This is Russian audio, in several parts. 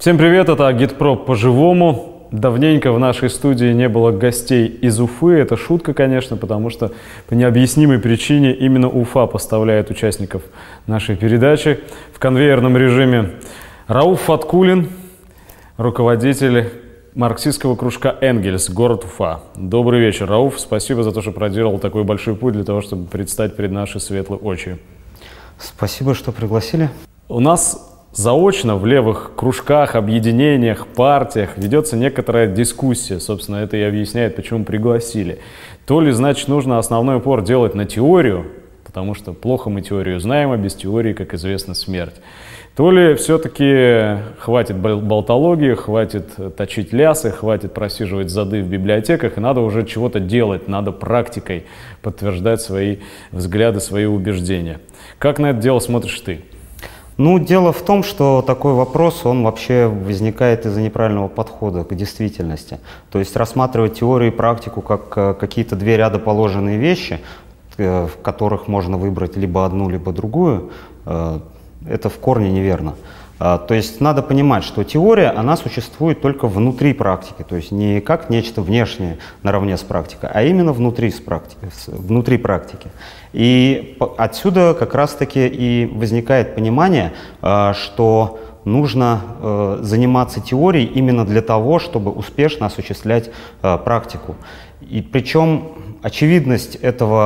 Всем привет, это Агитпроп по-живому. Давненько в нашей студии не было гостей из Уфы. Это шутка, конечно, потому что по необъяснимой причине именно Уфа поставляет участников нашей передачи в конвейерном режиме. Рауф Фаткуллин, руководитель марксистского кружка «Энгельс», город Уфа. Добрый вечер, Рауф. Спасибо за то, что проделал такой большой путь для того, чтобы предстать перед нашей светлой очи. Спасибо, что пригласили. У нас заочно в левых кружках, объединениях, партиях ведется некоторая дискуссия. Собственно, это и объясняет, почему пригласили. То ли, значит, нужно основной упор делать на теорию, потому что плохо мы теорию знаем, а без теории, как известно, смерть. То ли все-таки хватит болтологии, хватит точить лясы, хватит просиживать зады в библиотеках, и надо уже чего-то делать, надо практикой подтверждать свои взгляды, свои убеждения. Как на это дело смотришь ты? Ну, дело в том, что такой вопрос, он вообще возникает из-за неправильного подхода к действительности. То есть рассматривать теорию и практику как какие-то две рядоположенные вещи, в которых можно выбрать либо одну, либо другую, это в корне неверно. То есть надо понимать, что теория, она существует только внутри практики, то есть не как нечто внешнее наравне с практикой, а именно внутри практики. И отсюда как раз-таки и возникает понимание, что нужно заниматься теорией именно для того, чтобы успешно осуществлять практику. И причем очевидность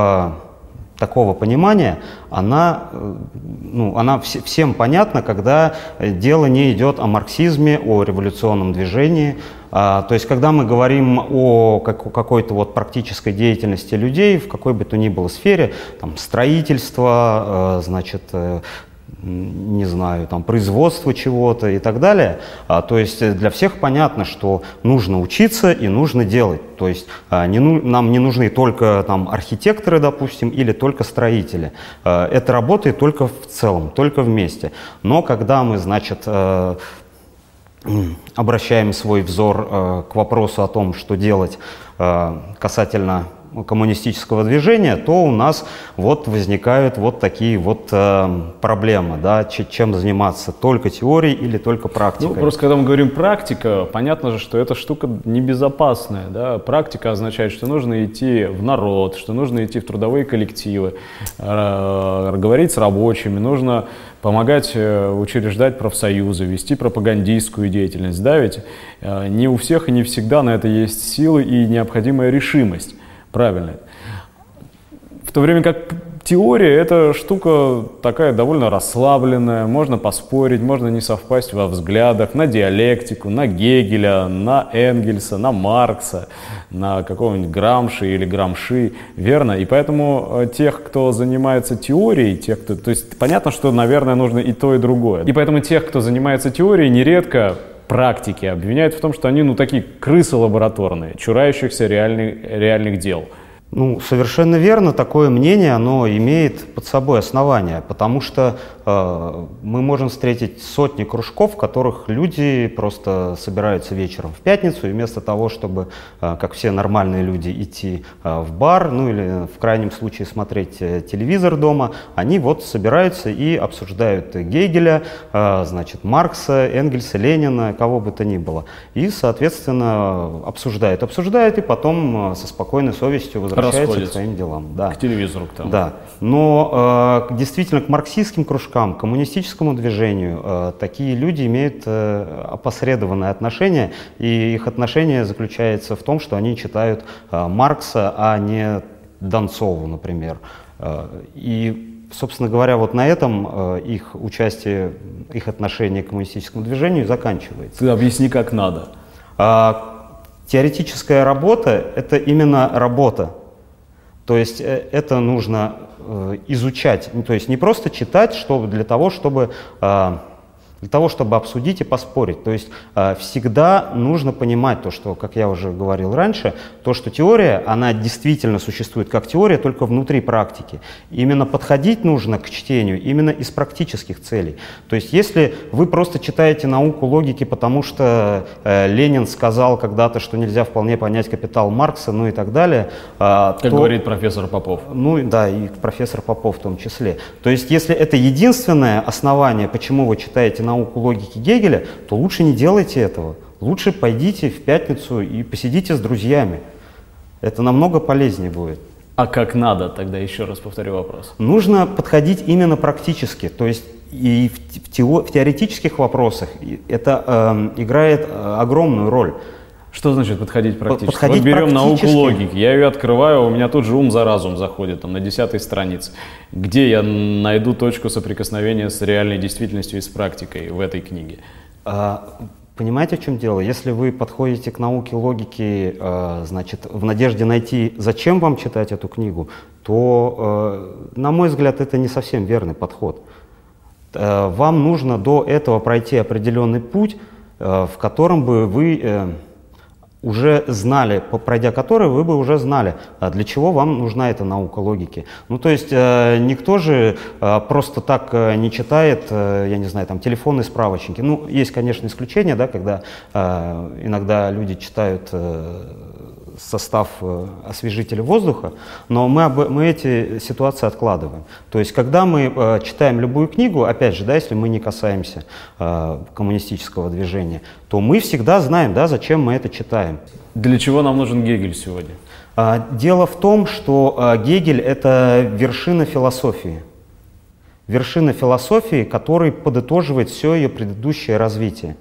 такого понимания, она всем понятна, когда дело не идет о марксизме, о революционном движении. То есть, когда мы говорим о какой-то вот практической деятельности людей в какой бы то ни было сфере, там, строительство, значит, не знаю, там, производство чего-то и так далее. То есть для всех понятно, что нужно учиться и нужно делать. То есть нам не нужны только там архитекторы, допустим, или только строители. Это работает только в целом, только вместе. Но когда мы, значит, обращаем свой взор к вопросу о том, что делать касательно коммунистического движения, то у нас вот возникают вот такие вот проблемы, да, чем заниматься, только теорией или только практикой. Ну, просто когда мы говорим практика, понятно же, что эта штука небезопасная, да? Практика означает, что нужно идти в народ, что нужно идти в трудовые коллективы, говорить с рабочими, нужно помогать учреждать профсоюзы, вести пропагандистскую деятельность, да, ведь не у всех и не всегда на это есть силы и необходимая решимость. Правильно. В то время как теория — это штука такая довольно расслабленная, можно поспорить, можно не совпасть во взглядах на диалектику, на Гегеля, на Энгельса, на Маркса, на какого-нибудь Грамши или Грамши, верно? И поэтому тех, кто занимается теорией, то есть понятно, что, наверное, нужно и то, и другое. И поэтому тех, кто занимается теорией, нередко практики обвиняют в том, что они, такие крысы лабораторные, чурающихся реальных дел. Ну, совершенно верно, такое мнение, оно имеет под собой основания, потому что мы можем встретить сотни кружков, в которых люди просто собираются вечером в пятницу, и вместо того, чтобы, как все нормальные люди, идти в бар, ну или в крайнем случае смотреть телевизор дома, они вот собираются и обсуждают Гегеля, значит, Маркса, Энгельса, Ленина, кого бы то ни было. И, соответственно, обсуждают и потом со спокойной совестью возвращаются к своим делам. Да. К телевизору. К тому. Да. Но действительно к марксистским кружкам, к коммунистическому движению такие люди имеют опосредованное отношение, и их отношение заключается в том, что они читают Маркса, а не Донцову, например. И, собственно говоря, вот на этом их участие, их отношение к коммунистическому движению заканчивается. Ты объясни, как надо. Теоретическая работа — это именно работа. То есть это нужно изучать, то есть не просто читать для того, чтобы обсудить и поспорить. То есть всегда нужно понимать то, что, как я уже говорил раньше, то, что теория, она действительно существует как теория, только внутри практики. Именно подходить нужно к чтению именно из практических целей. То есть если вы просто читаете науку логики, потому что Ленин сказал когда-то, что нельзя вполне понять капитал Маркса, ну и так далее. Как говорит профессор Попов. Ну да, и профессор Попов в том числе. То есть если это единственное основание, почему вы читаете науку логики Гегеля, то лучше не делайте этого. Лучше пойдите в пятницу и посидите с друзьями. Это намного полезнее будет. А как надо, тогда еще раз повторю вопрос. Нужно подходить именно практически, то есть и в теоретических вопросах это играет огромную роль. Что значит подходить практически? Подходить вот берем практически. науку логики, я ее открываю, у меня тут же ум за разум заходит, там, на 10-й странице. Где я найду точку соприкосновения с реальной действительностью и с практикой в этой книге? Понимаете, в чем дело? Если вы подходите к науке логики, значит, в надежде найти, зачем вам читать эту книгу, то, на мой взгляд, это не совсем верный подход. Вам нужно до этого пройти определенный путь, в котором бы вы уже знали, пройдя который, вы бы уже знали, для чего вам нужна эта наука логики. Ну, то есть никто же просто так не читает, я не знаю, там, телефонные справочники. Ну, есть, конечно, исключения, да, когда иногда люди читают состав освежителя воздуха, но мы эти ситуации откладываем. То есть, когда мы читаем любую книгу, опять же, да, если мы не касаемся коммунистического движения, то мы всегда знаем, да, зачем мы это читаем. Для чего нам нужен Гегель сегодня? Дело в том, что Гегель — это вершина философии. Вершина философии, который подытоживает все ее предыдущее развитие.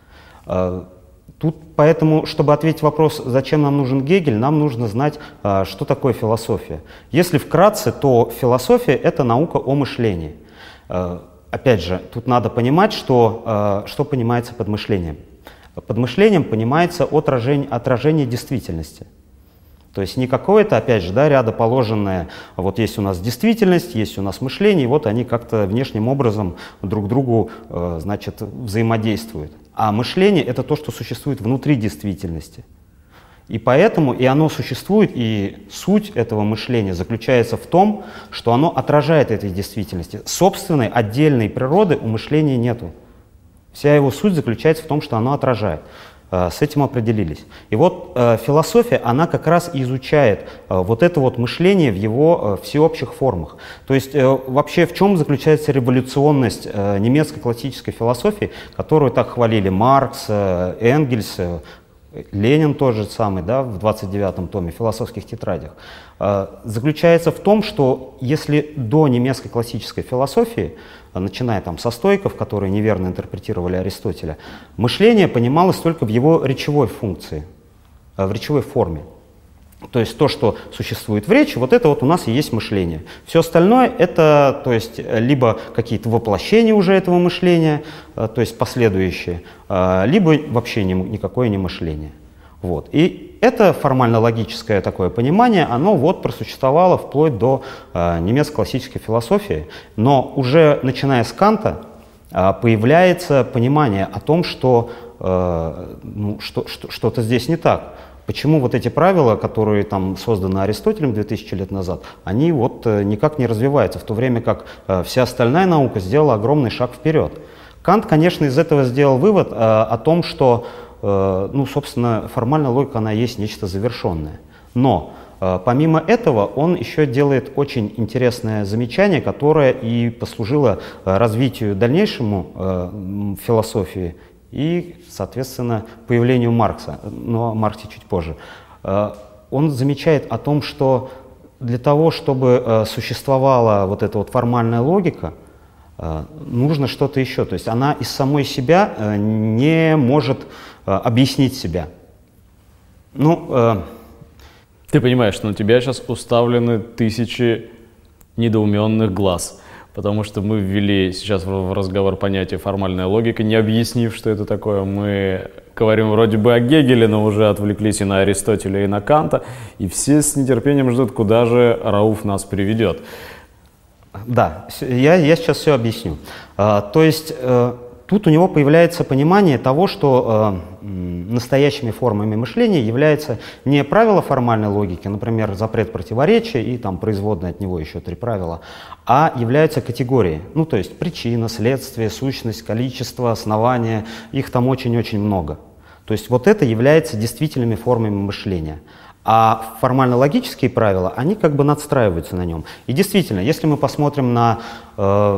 Тут поэтому, чтобы ответить вопрос, зачем нам нужен Гегель, нам нужно знать, что такое философия. Если вкратце, то философия — это наука о мышлении. Опять же, тут надо понимать, что понимается под мышлением. Под мышлением понимается отражение действительности. То есть не какое-то, опять же, да, рядоположенное, вот есть у нас действительность, есть у нас мышление, и вот они как-то внешним образом друг другу, значит, взаимодействуют. А мышление — это то, что существует внутри действительности. И поэтому и оно существует, и суть этого мышления заключается в том, что оно отражает этой действительности. Собственной, отдельной природы у мышления нету. Вся его суть заключается в том, что оно отражает. С этим определились. И вот философия, она как раз изучает вот это вот мышление в его всеобщих формах. То есть вообще в чем заключается революционность немецкой классической философии, которую так хвалили Маркс, Энгельс, Ленин тот же самый, да, в 29-м томе «Философских тетрадях», заключается в том, что если до немецкой классической философии, начиная там со стоиков, которые неверно интерпретировали Аристотеля, мышление понималось только в его речевой функции, в речевой форме. То есть то, что существует в речи, вот это вот у нас и есть мышление. Все остальное — это, то есть, либо какие-то воплощения уже этого мышления, то есть последующие, либо вообще никакое не мышление. Вот. И это формально-логическое такое понимание, оно вот просуществовало вплоть до немецкой классической философии, но уже начиная с Канта появляется понимание о том, что что-то здесь не так. Почему вот эти правила, которые там созданы Аристотелем 2000 лет назад, они вот никак не развиваются, в то время как вся остальная наука сделала огромный шаг вперед. Кант, конечно, из этого сделал вывод о том, что, ну, собственно, формальная логика, она есть нечто завершенное. Но помимо этого он еще делает очень интересное замечание, которое и послужило развитию дальнейшему философии и, соответственно, появлению Маркса, но о Марксе чуть позже. Он замечает о том, что для того, чтобы существовала вот эта вот формальная логика, нужно что-то еще. То есть она из самой себя не может объяснить себя. Ну, ты понимаешь, что на тебя сейчас уставлены тысячи недоуменных глаз. Потому что мы ввели сейчас в разговор понятие формальная логика, не объяснив, что это такое. Мы говорим вроде бы о Гегеле, но уже отвлеклись и на Аристотеля, и на Канта. И все с нетерпением ждут, куда же Рауф нас приведет. Да, я сейчас все объясню. То есть тут у него появляется понимание того, что настоящими формами мышления являются не правила формальной логики, например, запрет противоречия и там производные от него еще 3 правила, а являются категории. Ну, то есть причина, следствие, сущность, количество, основание, их там очень-очень много. То есть вот это является действительными формами мышления. А формально-логические правила, они как бы надстраиваются на нем. И действительно, если мы посмотрим на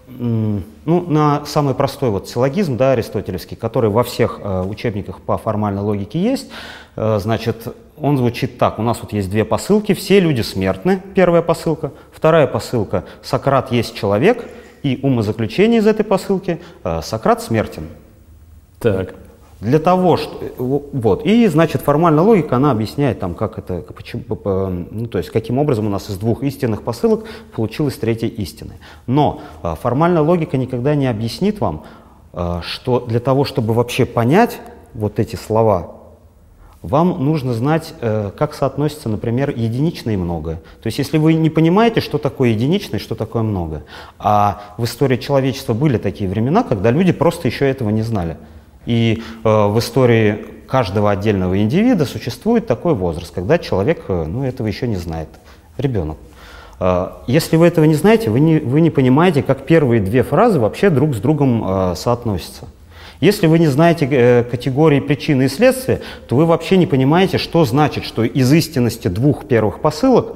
Ну, на самый простой вот силлогизм, да, аристотелевский, который во всех учебниках по формальной логике есть, значит, он звучит так. У нас вот есть две посылки. Все люди смертны, первая посылка. Вторая посылка. Сократ есть человек. И умозаключение из этой посылки. Сократ смертен. Так. Для того, что... Вот. И, значит, формальная логика, она объясняет, там, как это, почему, ну, то есть, каким образом у нас из двух истинных посылок получилась третья истина. Но формальная логика никогда не объяснит вам, что для того, чтобы вообще понять вот эти слова, вам нужно знать, как соотносится, например, единичное и многое. То есть, если вы не понимаете, что такое единичное и что такое многое, а в истории человечества были такие времена, когда люди просто еще этого не знали. И в истории каждого отдельного индивида существует такой возраст, когда человек, ну, этого еще не знает, ребенок. Если вы этого не знаете, вы не понимаете, как первые две фразы вообще друг с другом соотносятся. Если вы не знаете категории причины и следствия, то вы вообще не понимаете, что значит, что из истинности двух первых посылок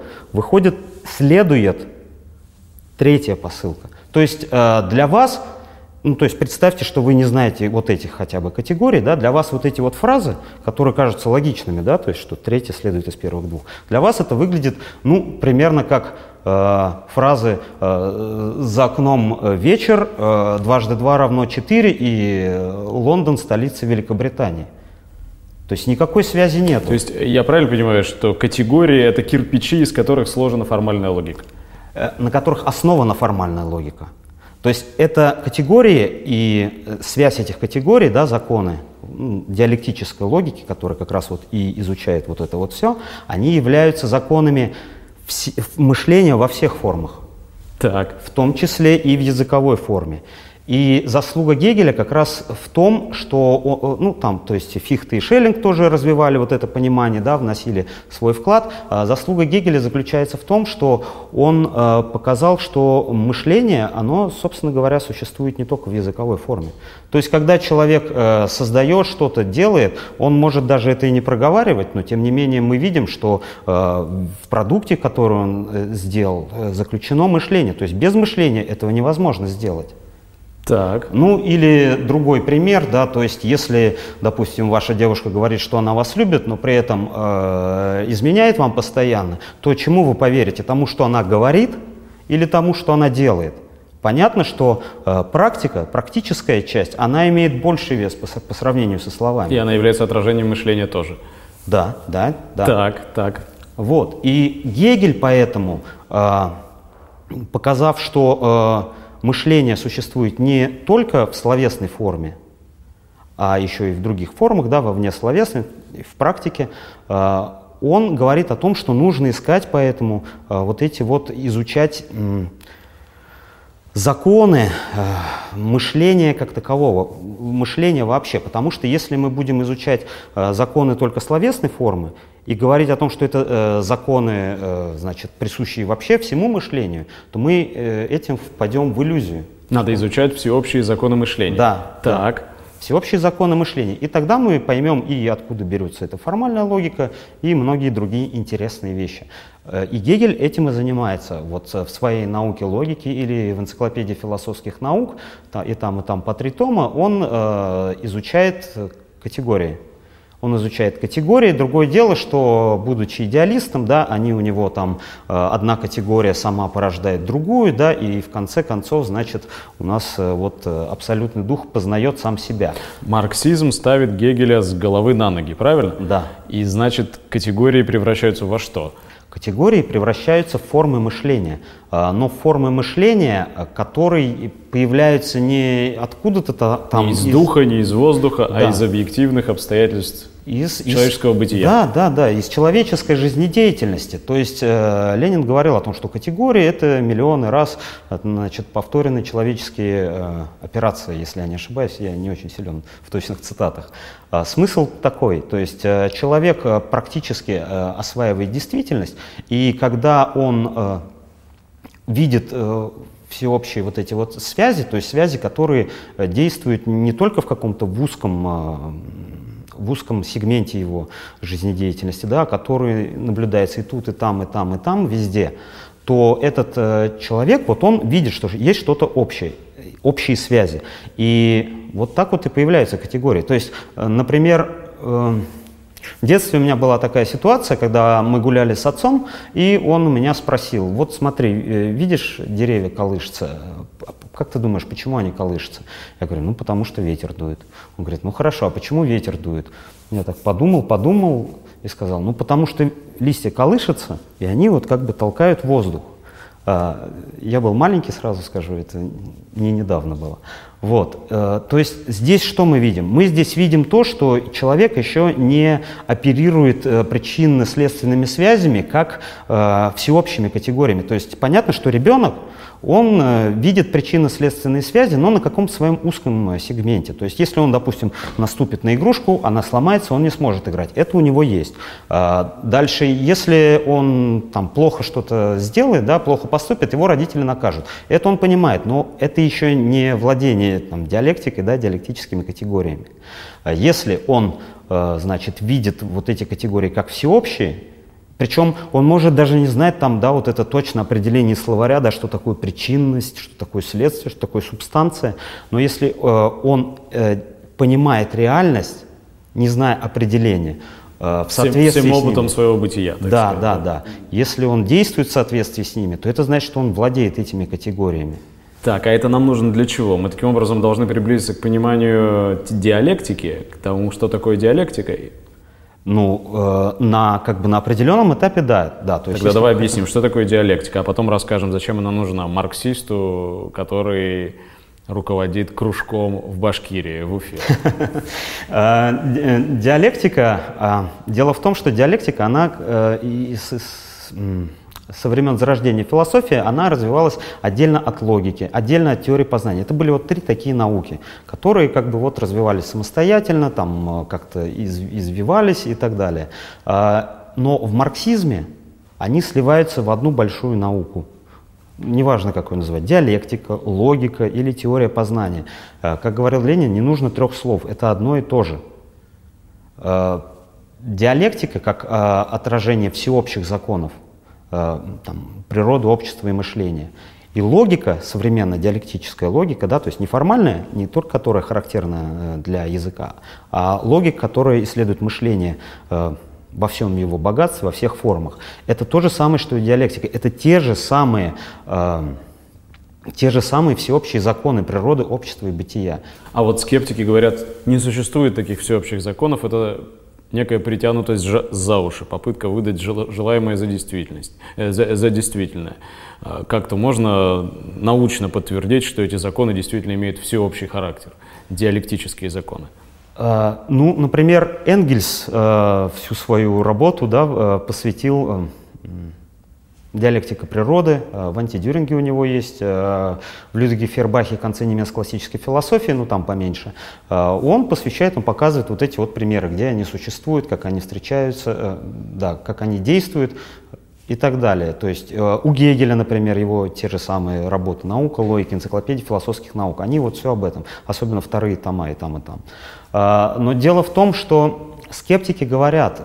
следует третья посылка. То есть для вас, ну, то есть представьте, что вы не знаете вот этих хотя бы категорий, да, для вас вот эти вот фразы, которые кажутся логичными, да, то есть что третья следует из первых двух, для вас это выглядит, ну, примерно как фразы «за окном вечер», «дважды два равно 4» и «Лондон – столица Великобритании». То есть никакой связи нет. То есть я правильно понимаю, что категории – это кирпичи, из которых сложена формальная логика? На которых основана формальная логика. То есть это категории и связь этих категорий, да, законы диалектической логики, которые как раз вот и изучает вот это вот все, они являются законами мышления во всех формах, так. В том числе и в языковой форме. И заслуга Гегеля как раз в том, что, ну, там, то есть Фихте и Шеллинг тоже развивали вот это понимание, да, вносили свой вклад. Заслуга Гегеля заключается в том, что он показал, что мышление, оно, собственно говоря, существует не только в языковой форме. То есть, когда человек создает что-то, делает, он может даже это и не проговаривать, но тем не менее мы видим, что в продукте, который он сделал, заключено мышление. То есть без мышления этого невозможно сделать. Так. Ну или другой пример, да, то есть если, допустим, ваша девушка говорит, что она вас любит, но при этом изменяет вам постоянно, то чему вы поверите? Тому, что она говорит, или тому, что она делает? Понятно, что практическая часть, она имеет больший вес по сравнению со словами. И она является отражением мышления тоже. Да, да, да. Так. Вот, и Гегель поэтому, показав, что мышление существует не только в словесной форме, а еще и в других формах, да, во внесловесной, в практике, он говорит о том, что нужно искать поэтому вот эти вот, изучать законы мышления как такового, мышления вообще. Потому что если мы будем изучать законы только словесной формы и говорить о том, что это законы, значит, присущие вообще всему мышлению, то мы этим впадем в иллюзию. Надо изучать всеобщие законы мышления. Да. Так. Да. Всеобщие законы мышления. И тогда мы поймем, и откуда берется эта формальная логика, и многие другие интересные вещи. И Гегель этим и занимается. Вот в своей науке логики или в энциклопедии философских наук, и там по 3 тома, он изучает категории. Он изучает категории. Другое дело, что, будучи идеалистом, да, они у него там одна категория сама порождает другую, да, и в конце концов, значит, у нас вот абсолютный дух познает сам себя. Марксизм ставит Гегеля с головы на ноги, правильно? Да. И значит, категории превращаются во что? Категории превращаются в формы мышления, но формы мышления, которые появляются не откуда-то там... Не из духа, не из воздуха, да, а из объективных обстоятельств человеческого бытия. Да, из человеческой жизнедеятельности. То есть Ленин говорил о том, что категории — это миллионы раз, значит, повторенные человеческие операции, если я не ошибаюсь, я не очень силен в точных цитатах. Смысл такой, то есть человек практически осваивает действительность, и когда он видит всеобщие вот эти вот связи, то есть связи, которые действуют не только в каком-то в узком сегменте его жизнедеятельности, да, который наблюдается и тут, и там, везде, то этот человек, вот он видит, что есть что-то общее. общие связи. И вот так вот и появляются категории. То есть, например, в детстве у меня была такая ситуация, когда мы гуляли с отцом, и он у меня спросил: вот смотри, видишь, деревья колышутся, как ты думаешь, почему они колышутся? Я говорю: ну потому что ветер дует. Он говорит: ну хорошо, а почему ветер дует? Я так подумал и сказал: ну потому что листья колышутся, и они вот как бы толкают воздух. Я был маленький, сразу скажу, это не недавно было. Вот. То есть здесь что мы видим? Мы здесь видим то, что человек еще не оперирует причинно-следственными связями как всеобщими категориями. То есть понятно, что ребенок, он видит причинно-следственные связи, но на каком-то своем узком сегменте. То есть если он, допустим, наступит на игрушку, она сломается, он не сможет играть. Это у него есть. Дальше, если он там плохо что-то сделает, да, плохо поступит, его родители накажут. Это он понимает, но это еще не владение там диалектикой, да, диалектическими категориями. Если он, значит, видит вот эти категории как всеобщие, причем он может даже не знать там, да, вот это точное определение словаря, да, что такое причинность, что такое следствие, что такое субстанция. Но если он понимает реальность, не зная определения, в соответствии всем с опытом ними, своего бытия. Да. Если он действует в соответствии с ними, то это значит, что он владеет этими категориями. Так, а это нам нужно для чего? Мы таким образом должны приблизиться к пониманию диалектики, к тому, что такое диалектика. Ну, на определенном этапе, да. То есть, тогда давай объясним, что такое диалектика, а потом расскажем, зачем она нужна марксисту, который руководит кружком в Башкирии, в Уфе. Диалектика, дело в том, что диалектика, она со времен зарождения философии, она развивалась отдельно от логики, отдельно от теории познания. Это были вот три такие науки, которые как бы вот развивались самостоятельно, там как-то извивались и так далее. Но в марксизме они сливаются в одну большую науку. Неважно, как ее называть, диалектика, логика или теория познания. Как говорил Ленин, не нужно трех слов, это одно и то же. Диалектика, как отражение всеобщих законов, там, природы, общества и мышления. И логика, современная диалектическая логика, да, то есть неформальная, не только которая характерна для языка, а логика, которая исследует мышление во всем его богатстве, во всех формах. Это то же самое, что и диалектика. Это те же самые всеобщие законы природы, общества и бытия. А вот скептики говорят, не существует таких всеобщих законов, это некая притянутость за уши, попытка выдать желаемое за действительное. Как-то можно научно подтвердить, что эти законы действительно имеют всеобщий характер, диалектические законы. Ну, например, Энгельс всю свою работу, да, посвятил диалектике природы, в антидюринге у него есть, в Людвиге Фейербахе «Конце немецкой классической философии», ну там поменьше, он посвящает, он показывает вот эти вот примеры, где они существуют, как они встречаются, да, как они действуют и так далее. То есть у Гегеля, например, его те же самые работы «Наука», «Логика», «Энциклопедия философских наук», они вот все об этом, особенно вторые тома и там, и там. Но дело в том, что скептики говорят,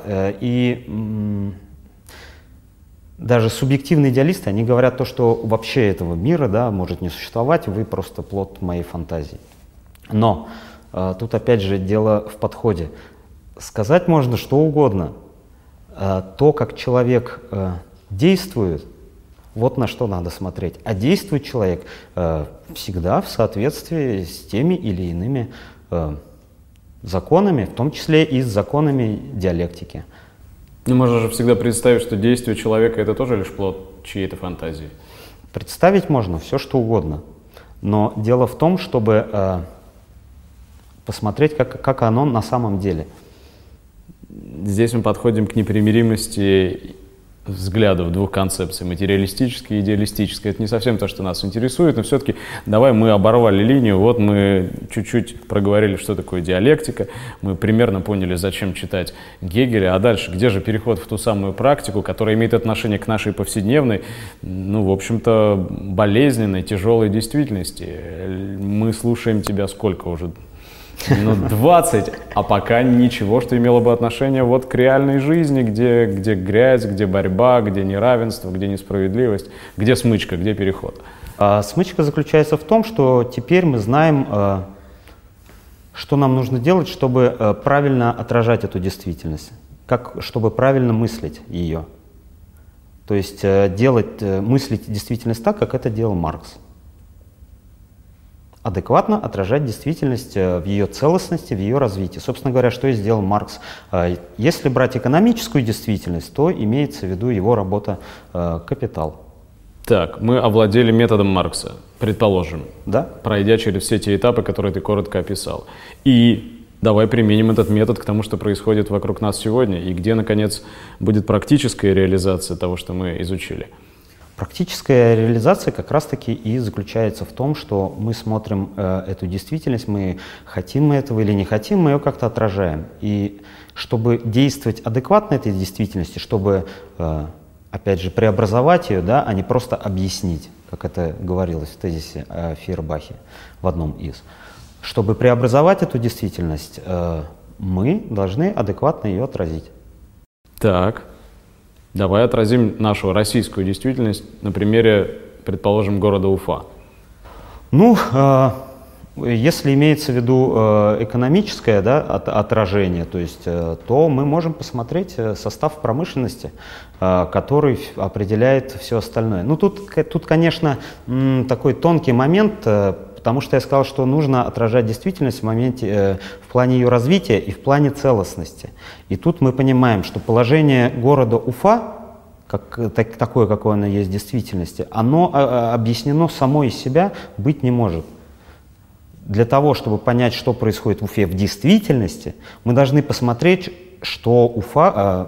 даже субъективные идеалисты, они говорят то, что вообще этого мира, да, может не существовать, вы просто плод моей фантазии. Но тут опять же дело в подходе. Сказать можно что угодно. То, как человек действует, вот на что надо смотреть. А действует человек всегда в соответствии с теми или иными законами, в том числе и с законами диалектики. Ну, можно же всегда представить, что действие человека — это тоже лишь плод чьей-то фантазии. Представить можно все, что угодно. Но дело в том, чтобы посмотреть, как оно на самом деле. Здесь мы подходим к непримиримости взглядов двух концепций, материалистической и идеалистической. Это не совсем то, что нас интересует, но все-таки давай мы оборвали линию, вот мы чуть-чуть проговорили, что такое диалектика, мы примерно поняли, зачем читать Гегеля, а дальше где же переход в ту самую практику, которая имеет отношение к нашей повседневной, ну, в общем-то, болезненной, тяжелой действительности. Мы слушаем тебя сколько уже? Минут 20, а пока ничего, что имело бы отношение вот к реальной жизни, где грязь, где борьба, где неравенство, где несправедливость, где смычка, где переход. Смычка заключается в том, что теперь мы знаем, что нам нужно делать, чтобы правильно отражать эту действительность, чтобы правильно мыслить ее. То есть мыслить действительность так, как это делал Маркс. Адекватно отражать действительность в ее целостности, в ее развитии. Собственно говоря, что и сделал Маркс. Если брать экономическую действительность, то имеется в виду его работа «Капитал». Так, мы овладели методом Маркса, предположим, да? Пройдя через все те этапы, которые ты коротко описал. И давай применим этот метод к тому, что происходит вокруг нас сегодня, и где, наконец, будет практическая реализация того, что мы изучили. Практическая реализация как раз-таки и заключается в том, что мы смотрим эту действительность, мы хотим мы этого или не хотим, мы ее как-то отражаем. И чтобы действовать адекватно этой действительности, чтобы, опять же, преобразовать ее, да, а не просто объяснить, как это говорилось в тезисе о Фейербахе в одном из. Чтобы преобразовать эту действительность, мы должны адекватно ее отразить. Так. Давай отразим нашу российскую действительность на примере, предположим, города Уфа. Ну, если имеется в виду экономическое, да, отражение, то есть, то мы можем посмотреть состав промышленности, который определяет все остальное. Ну, тут, конечно, такой тонкий момент, потому что я сказал, что нужно отражать действительность в плане ее развития и в плане целостности. И тут мы понимаем, что положение города Уфа, такое, какое оно есть в действительности, оно объяснено само из себя быть не может. Для того, чтобы понять, что происходит в Уфе в действительности, мы должны посмотреть, что Уфа,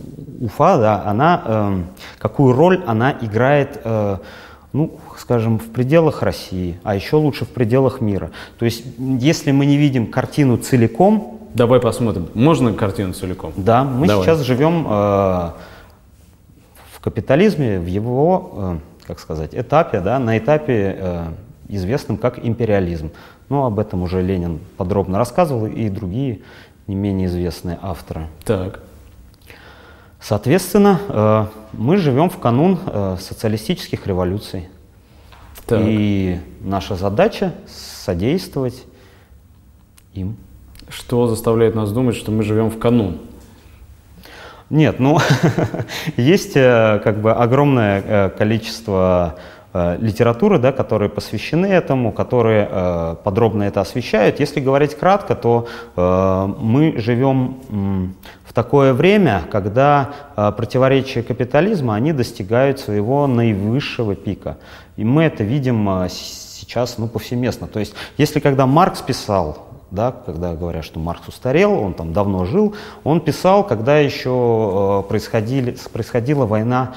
да, какую роль она играет, ну, скажем, в пределах России, а еще лучше в пределах мира. То есть, если мы не видим картину целиком... Давай посмотрим. Можно картину целиком? Да, мы сейчас живем в капитализме, в его, как сказать, этапе, да, на этапе, известном как империализм. Но об этом уже Ленин подробно рассказывал, и другие не менее известные авторы. Так. Соответственно, мы живем в канун социалистических революций. Так. И наша задача содействовать им. Что заставляет нас думать, что мы живем в канун? Нет, ну, есть как бы огромное количество литературы, да, которые посвящены этому, которые подробно это освещают. Если говорить кратко, то мы живем в такое время, когда противоречия капитализма, они достигают своего наивысшего пика. И мы это видим сейчас, ну, повсеместно. То есть, если когда Маркс писал, да, когда говорят, что Маркс устарел, он там давно жил, он писал, когда еще происходила война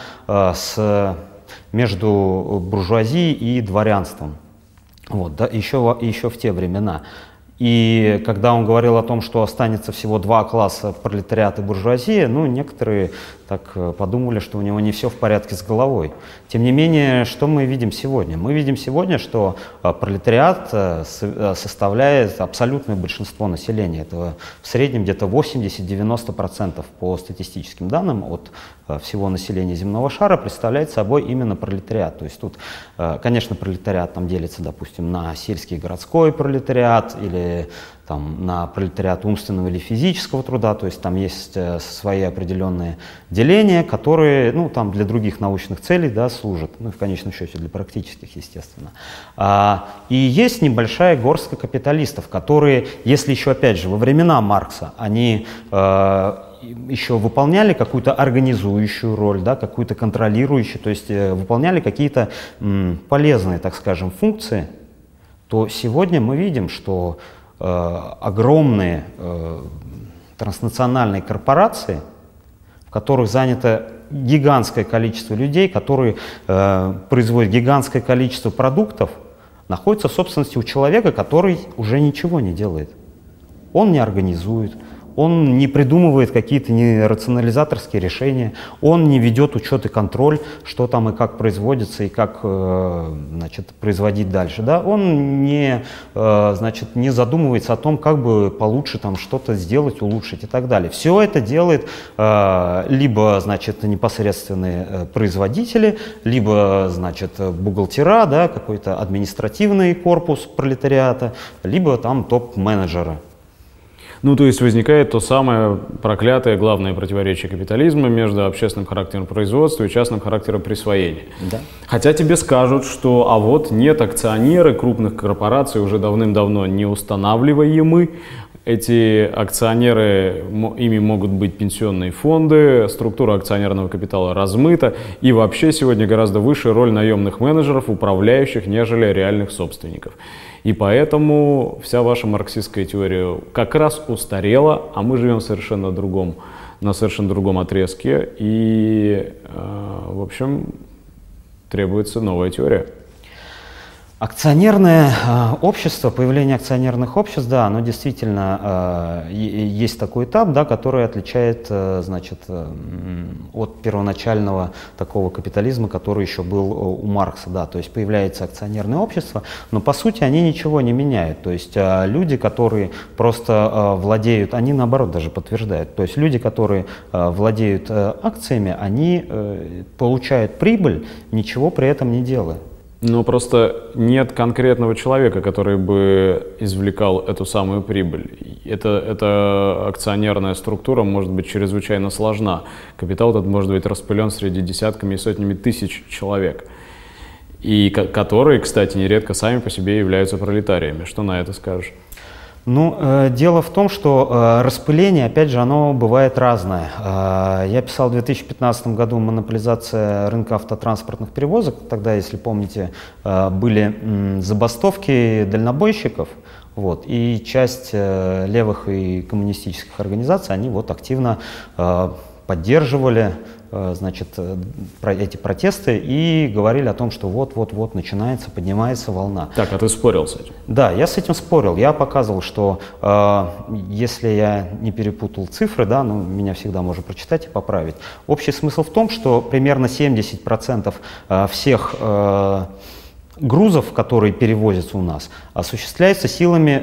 между буржуазией и дворянством, вот, да, еще в те времена. И когда он говорил о том, что останется всего два класса, пролетариат и буржуазия, ну, некоторые так подумали, что у него не все в порядке с головой. Тем не менее, что мы видим сегодня? Мы видим сегодня, что пролетариат составляет абсолютное большинство населения. Это в среднем где-то 80-90% по статистическим данным от всего населения земного шара представляет собой именно пролетариат. То есть тут, конечно, пролетариат там делится, допустим, на сельский и городской пролетариат или там, на пролетариат умственного или физического труда, то есть там есть свои определенные деления, которые, ну, там для других научных целей, да, служат, ну, в конечном счете для практических, естественно. И есть небольшая горстка капиталистов, которые, если еще, опять же, во времена Маркса, они еще выполняли какую-то организующую роль, да, какую-то контролирующую, то есть выполняли какие-то полезные, так скажем, функции, то сегодня мы видим, что огромные транснациональные корпорации, в которых занято гигантское количество людей, которые производят гигантское количество продуктов, находятся в собственности у человека, который уже ничего не делает. Он не организует, он не придумывает какие-то не рационализаторские решения, он не ведет учет и контроль, что там и как производится, и как значит, производить дальше. Да? Он не, значит, не задумывается о том, как бы получше там что-то сделать, улучшить и так далее. Все это делает либо, значит, непосредственные производители, либо, значит, бухгалтера, да, какой-то административный корпус пролетариата, либо там топ-менеджеры. Ну, то есть возникает то самое проклятое главное противоречие капитализма между общественным характером производства и частным характером присвоения. Да. Хотя тебе скажут, что а вот нет, акционеры крупных корпораций уже давным-давно не устанавливаемы. Эти акционеры, ими могут быть пенсионные фонды, структура акционерного капитала размыта, и вообще сегодня гораздо выше роль наемных менеджеров, управляющих, нежели реальных собственников. И поэтому вся ваша марксистская теория как раз устарела, а мы живем на совершенно другом отрезке, и, в общем, требуется новая теория. Акционерное общество, появление акционерных обществ, да, оно действительно есть такой этап, да, который отличает, значит, от первоначального такого капитализма, который еще был у Маркса, да, то есть появляется акционерное общество, но по сути они ничего не меняют, то есть люди, которые просто владеют, они наоборот даже подтверждают, то есть люди, которые владеют акциями, они получают прибыль, ничего при этом не делая. Но просто нет конкретного человека, который бы извлекал эту самую прибыль. Эта акционерная структура может быть чрезвычайно сложна. Капитал этот может быть распылен среди десятками и сотнями тысяч человек. И которые, кстати, нередко сами по себе являются пролетариями. Что на это скажешь? Ну, дело в том, что распыление, опять же, оно бывает разное. Я писал в 2015 году «Монополизация рынка автотранспортных перевозок». Тогда, если помните, были забастовки дальнобойщиков. Вот, и часть левых и коммунистических организаций, они вот активно поддерживали, значит, эти протесты и говорили о том, что вот-вот-вот начинается, поднимается волна. Так, а ты спорил с этим? Да, я с этим спорил. Я показывал, что если я не перепутал цифры, да, ну, меня всегда можно прочитать и поправить. Общий смысл в том, что примерно 70% всех грузов, которые перевозятся у нас, осуществляется силами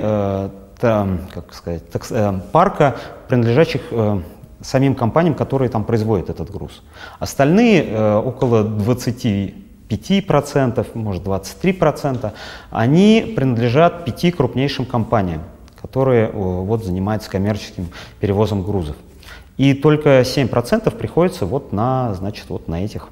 как сказать, парка, принадлежащих самим компаниям, которые там производят этот груз. Остальные, около 25%, может 23%, они принадлежат 5 крупнейшим компаниям, которые вот, занимаются коммерческим перевозом грузов. И только 7% приходится вот на, значит, вот на этих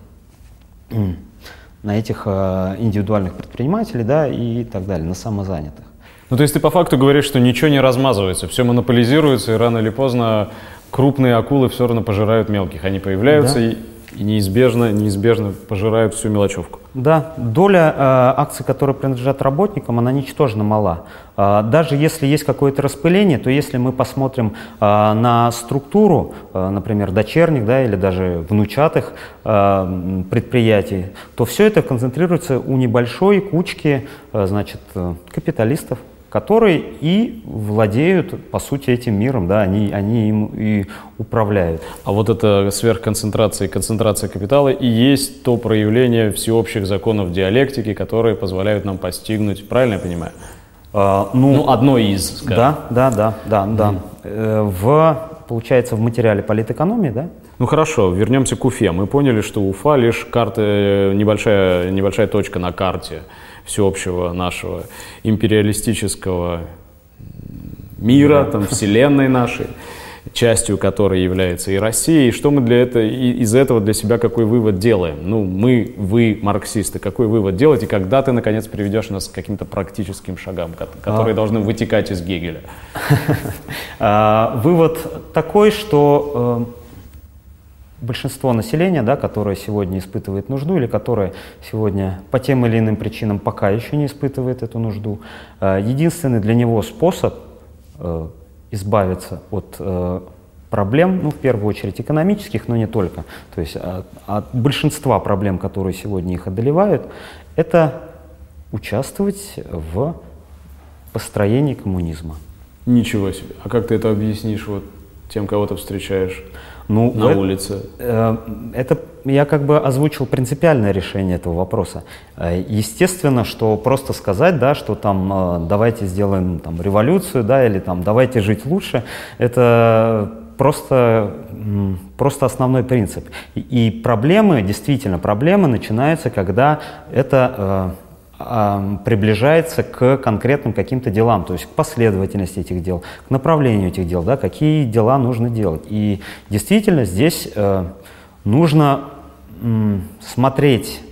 индивидуальных предпринимателей, да, и так далее, на самозанятых. Ну, то есть ты по факту говоришь, что ничего не размазывается, все монополизируется, и рано или поздно крупные акулы все равно пожирают мелких. Они появляются, да, и неизбежно пожирают всю мелочевку. Да, доля акций, которые принадлежат работникам, она ничтожно мала. Даже если есть какое-то распыление, то если мы посмотрим на структуру, например, дочерних, да, или даже внучатых предприятий, то все это концентрируется у небольшой кучки, значит, капиталистов, которые и владеют, по сути, этим миром, да, они им и управляют. А вот эта сверхконцентрация и концентрация капитала и есть то проявление всеобщих законов диалектики, которые позволяют нам постигнуть, правильно я понимаю? Ну, одно из, скажем. Да. Получается, в материале политэкономии, да? Ну хорошо, вернемся к Уфе. Мы поняли, что Уфа лишь небольшая точка на карте всеобщего нашего империалистического мира, там, вселенной нашей, частью которой является и Россия. И что мы из этого для себя какой вывод делаем? Ну, вы, марксисты, какой вывод делаете, когда ты, наконец, приведешь нас к каким-то практическим шагам, которые должны вытекать из Гегеля? Вывод такой, что большинство населения, да, которое сегодня испытывает нужду или которое сегодня по тем или иным причинам пока еще не испытывает эту нужду, единственный для него способ избавиться от проблем, ну, в первую очередь экономических, но не только, то есть от большинства проблем, которые сегодня их одолевают, это участвовать в построении коммунизма. Ничего себе. А как ты это объяснишь вот тем, кого ты встречаешь Ну, на улице? Это я как бы озвучил принципиальное решение этого вопроса. Естественно, что просто сказать, да, что там давайте сделаем там революцию, да, или там давайте жить лучше, это просто основной принцип. И проблемы, действительно, проблемы начинаются, когда это приближается к конкретным каким-то делам, то есть к последовательности этих дел, к направлению этих дел, да, какие дела нужно делать. И действительно здесь нужно смотреть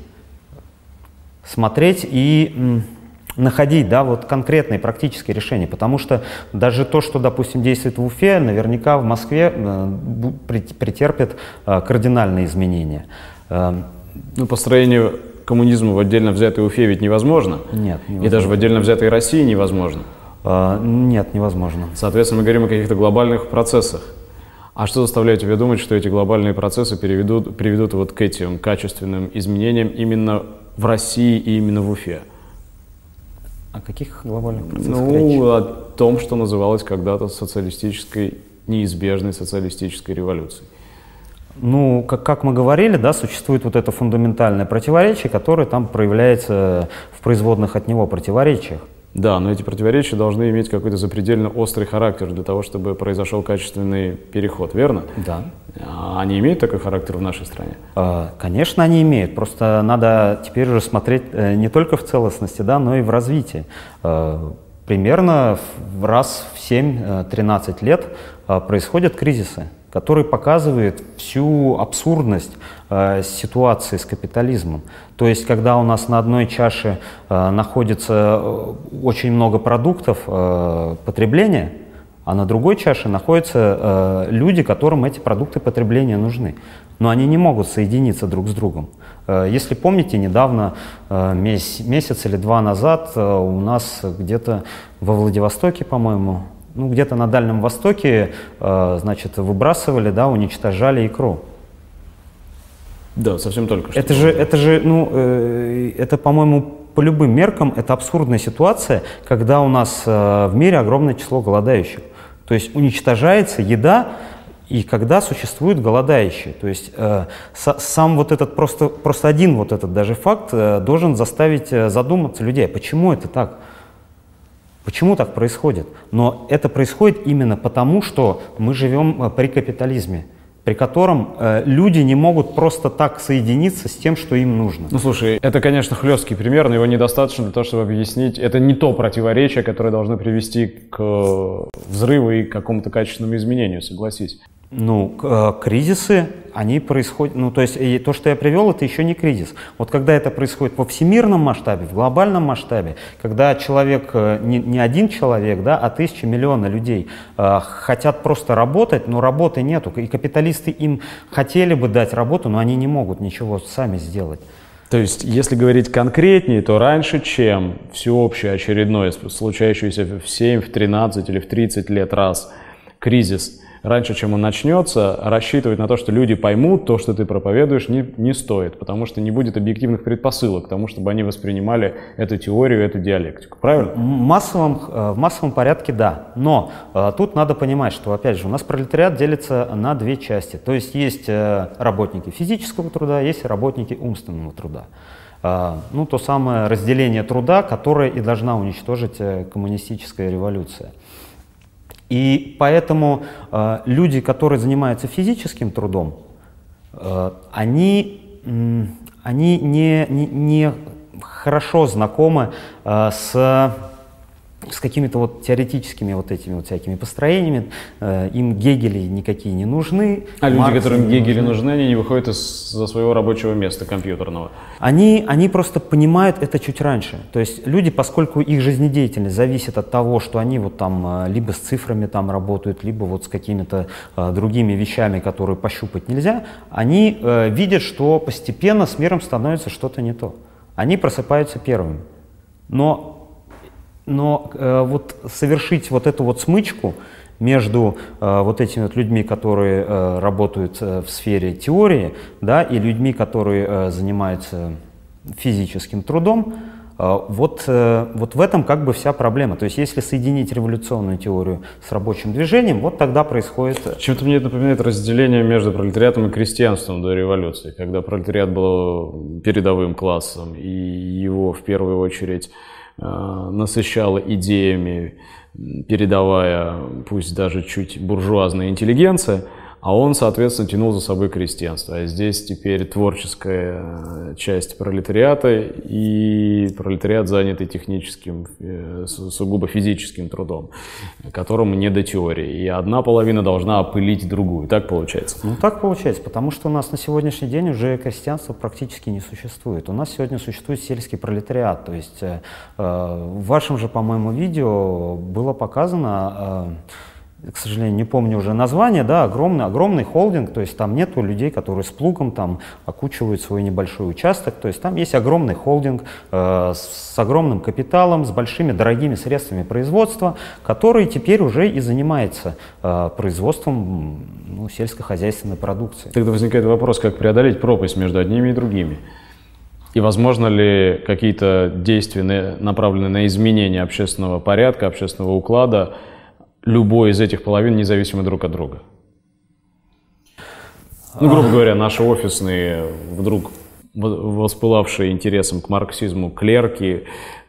и находить, да, вот конкретные практические решения, потому что даже то, что, допустим, действует в Уфе, наверняка в Москве претерпит кардинальные изменения. Ну, построение коммунизма в отдельно взятой Уфе ведь невозможно. Нет, невозможно. И даже в отдельно взятой России невозможно. Нет, невозможно. Соответственно, мы говорим о каких-то глобальных процессах. А что заставляет тебя думать, что эти глобальные процессы приведут вот к этим качественным изменениям именно в России и именно в Уфе? О каких глобальных процессах Ну, речь? о том, что называлось когда-то неизбежной социалистической революцией. Ну, как мы говорили, да, существует вот это фундаментальное противоречие, которое там проявляется в производных от него противоречиях. Да, но эти противоречия должны иметь какой-то запредельно острый характер для того, чтобы произошел качественный переход, верно? Да. А они имеют такой характер в нашей стране? Конечно, они имеют. Просто надо теперь уже смотреть не только в целостности, да, но и в развитии. Примерно раз в 7-13 лет происходят кризисы, которые показывают всю абсурдность ситуации с капитализмом. То есть, когда у нас на одной чаше находится очень много продуктов потребления, а на другой чаше находятся люди, которым эти продукты потребления нужны. Но они не могут соединиться друг с другом. Если помните, недавно, месяц или два назад, у нас где-то во Владивостоке, по-моему, ну, где-то на Дальнем Востоке, значит, выбрасывали, да, уничтожали икру. Да, совсем только что. Это, по-моему, по любым меркам, это абсурдная ситуация, когда у нас в мире огромное число голодающих. То есть уничтожается еда, и когда существуют голодающие. То есть сам вот этот, просто один вот этот даже факт должен заставить задуматься людей, а почему это так? Почему так происходит? Но это происходит именно потому, что мы живем при капитализме, при котором люди не могут просто так соединиться с тем, что им нужно. Ну, слушай, это, конечно, хлесткий пример, но его недостаточно для того, чтобы объяснить. Это не то противоречие, которое должно привести к взрыву и к какому-то качественному изменению, согласись. Ну, кризисы, они происходят, ну, то есть и то, что я привел, это еще не кризис. Вот когда это происходит во всемирном масштабе, в глобальном масштабе, когда человек, не один человек, да, а тысячи, миллионы людей хотят просто работать, но работы нету, и капиталисты им хотели бы дать работу, но они не могут ничего сами сделать. То есть, если говорить конкретнее, то раньше, чем всеобщее очередное, случающееся в 7, в 13 или в 30 лет раз кризис, раньше, чем он начнется, рассчитывать на то, что люди поймут то, что ты проповедуешь, не стоит, потому что не будет объективных предпосылок к тому, чтобы они воспринимали эту теорию, эту диалектику. Правильно? В массовом порядке да. Но тут надо понимать, что, опять же, у нас пролетариат делится на две части. То есть есть работники физического труда, есть работники умственного труда. Ну, то самое разделение труда, которое и должна уничтожить коммунистическая революция. И поэтому люди, которые занимаются физическим трудом, они не хорошо знакомы с какими-то вот теоретическими вот этими вот всякими построениями. Им Гегели никакие не нужны. А люди, Маркс которым Гегели нужны, они не выходят из-за своего рабочего места компьютерного. Они просто понимают это чуть раньше. То есть люди, поскольку их жизнедеятельность зависит от того, что они вот там либо с цифрами там работают, либо вот с какими-то другими вещами, которые пощупать нельзя, они видят, что постепенно с миром становится что-то не то. Они просыпаются первыми. Но вот совершить вот эту вот смычку между вот этими вот людьми, которые работают в сфере теории, да, и людьми, которые занимаются физическим трудом, Вот в этом как бы вся проблема. То есть если соединить революционную теорию с рабочим движением, вот тогда происходит... Чем-то мне это напоминает разделение между пролетариатом и крестьянством до революции, когда пролетариат был передовым классом, и его в первую очередь насыщало идеями, передавая, пусть даже чуть буржуазная интеллигенция, а он, соответственно, тянул за собой крестьянство. А здесь теперь творческая часть пролетариата, и пролетариат занятый техническим, сугубо физическим трудом, которому не до теории. И одна половина должна опылить другую. Так получается? Ну, так получается, потому что у нас на сегодняшний день уже крестьянство практически не существует. У нас сегодня существует сельский пролетариат. То есть в вашем же, по-моему, видео было показано... к сожалению, не помню уже название, да, огромный холдинг, то есть там нету людей, которые с плугом там окучивают свой небольшой участок, то есть там есть огромный холдинг с огромным капиталом, с большими дорогими средствами производства, который теперь уже и занимается производством сельскохозяйственной продукции. Тогда возникает вопрос, как преодолеть пропасть между одними и другими. И возможно ли какие-то действия, направленные на изменение общественного порядка, общественного уклада, любой из этих половин независимо друг от друга? Ну, грубо говоря, наши офисные, вдруг воспылавшие интересом к марксизму клерки,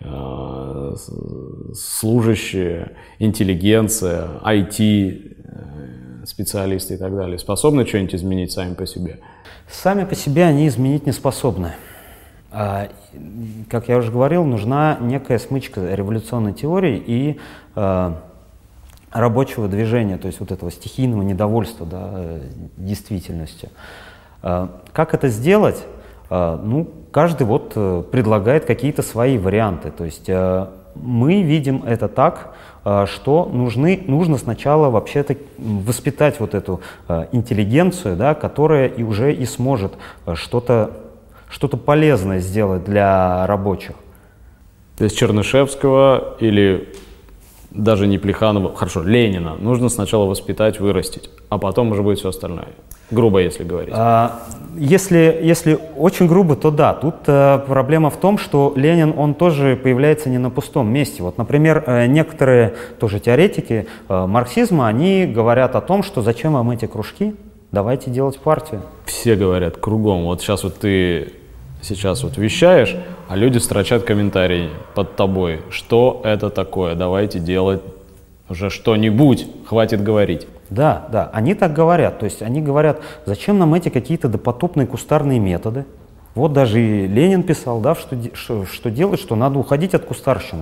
служащие, интеллигенция, IT-специалисты и так далее, способны что-нибудь изменить сами по себе? Сами по себе они изменить не способны. Как я уже говорил, нужна некая смычка революционной теории и рабочего движения, то есть вот этого стихийного недовольства, да, действительностью. Как это сделать? Ну, каждый вот предлагает какие-то свои варианты. То есть мы видим это так, что нужно сначала вообще-то воспитать вот эту интеллигенцию, да, которая и уже и сможет что-то полезное сделать для рабочих. То есть Чернышевского или даже не Плеханова, хорошо, Ленина нужно сначала воспитать, вырастить, а потом уже будет все остальное. Грубо, если говорить. Если очень грубо, то да. Тут проблема в том, что Ленин, он тоже появляется не на пустом месте. Вот, например, некоторые тоже теоретики марксизма, они говорят о том, что зачем вам эти кружки, давайте делать партию. Все говорят кругом. Вот сейчас вот ты вещаешь, а люди строчат комментарии под тобой. Что это такое? Давайте делать уже что-нибудь, хватит говорить. Да, они так говорят. То есть они говорят, зачем нам эти какие-то допотопные кустарные методы? Вот даже и Ленин писал, да, что делать, что надо уходить от кустарщины.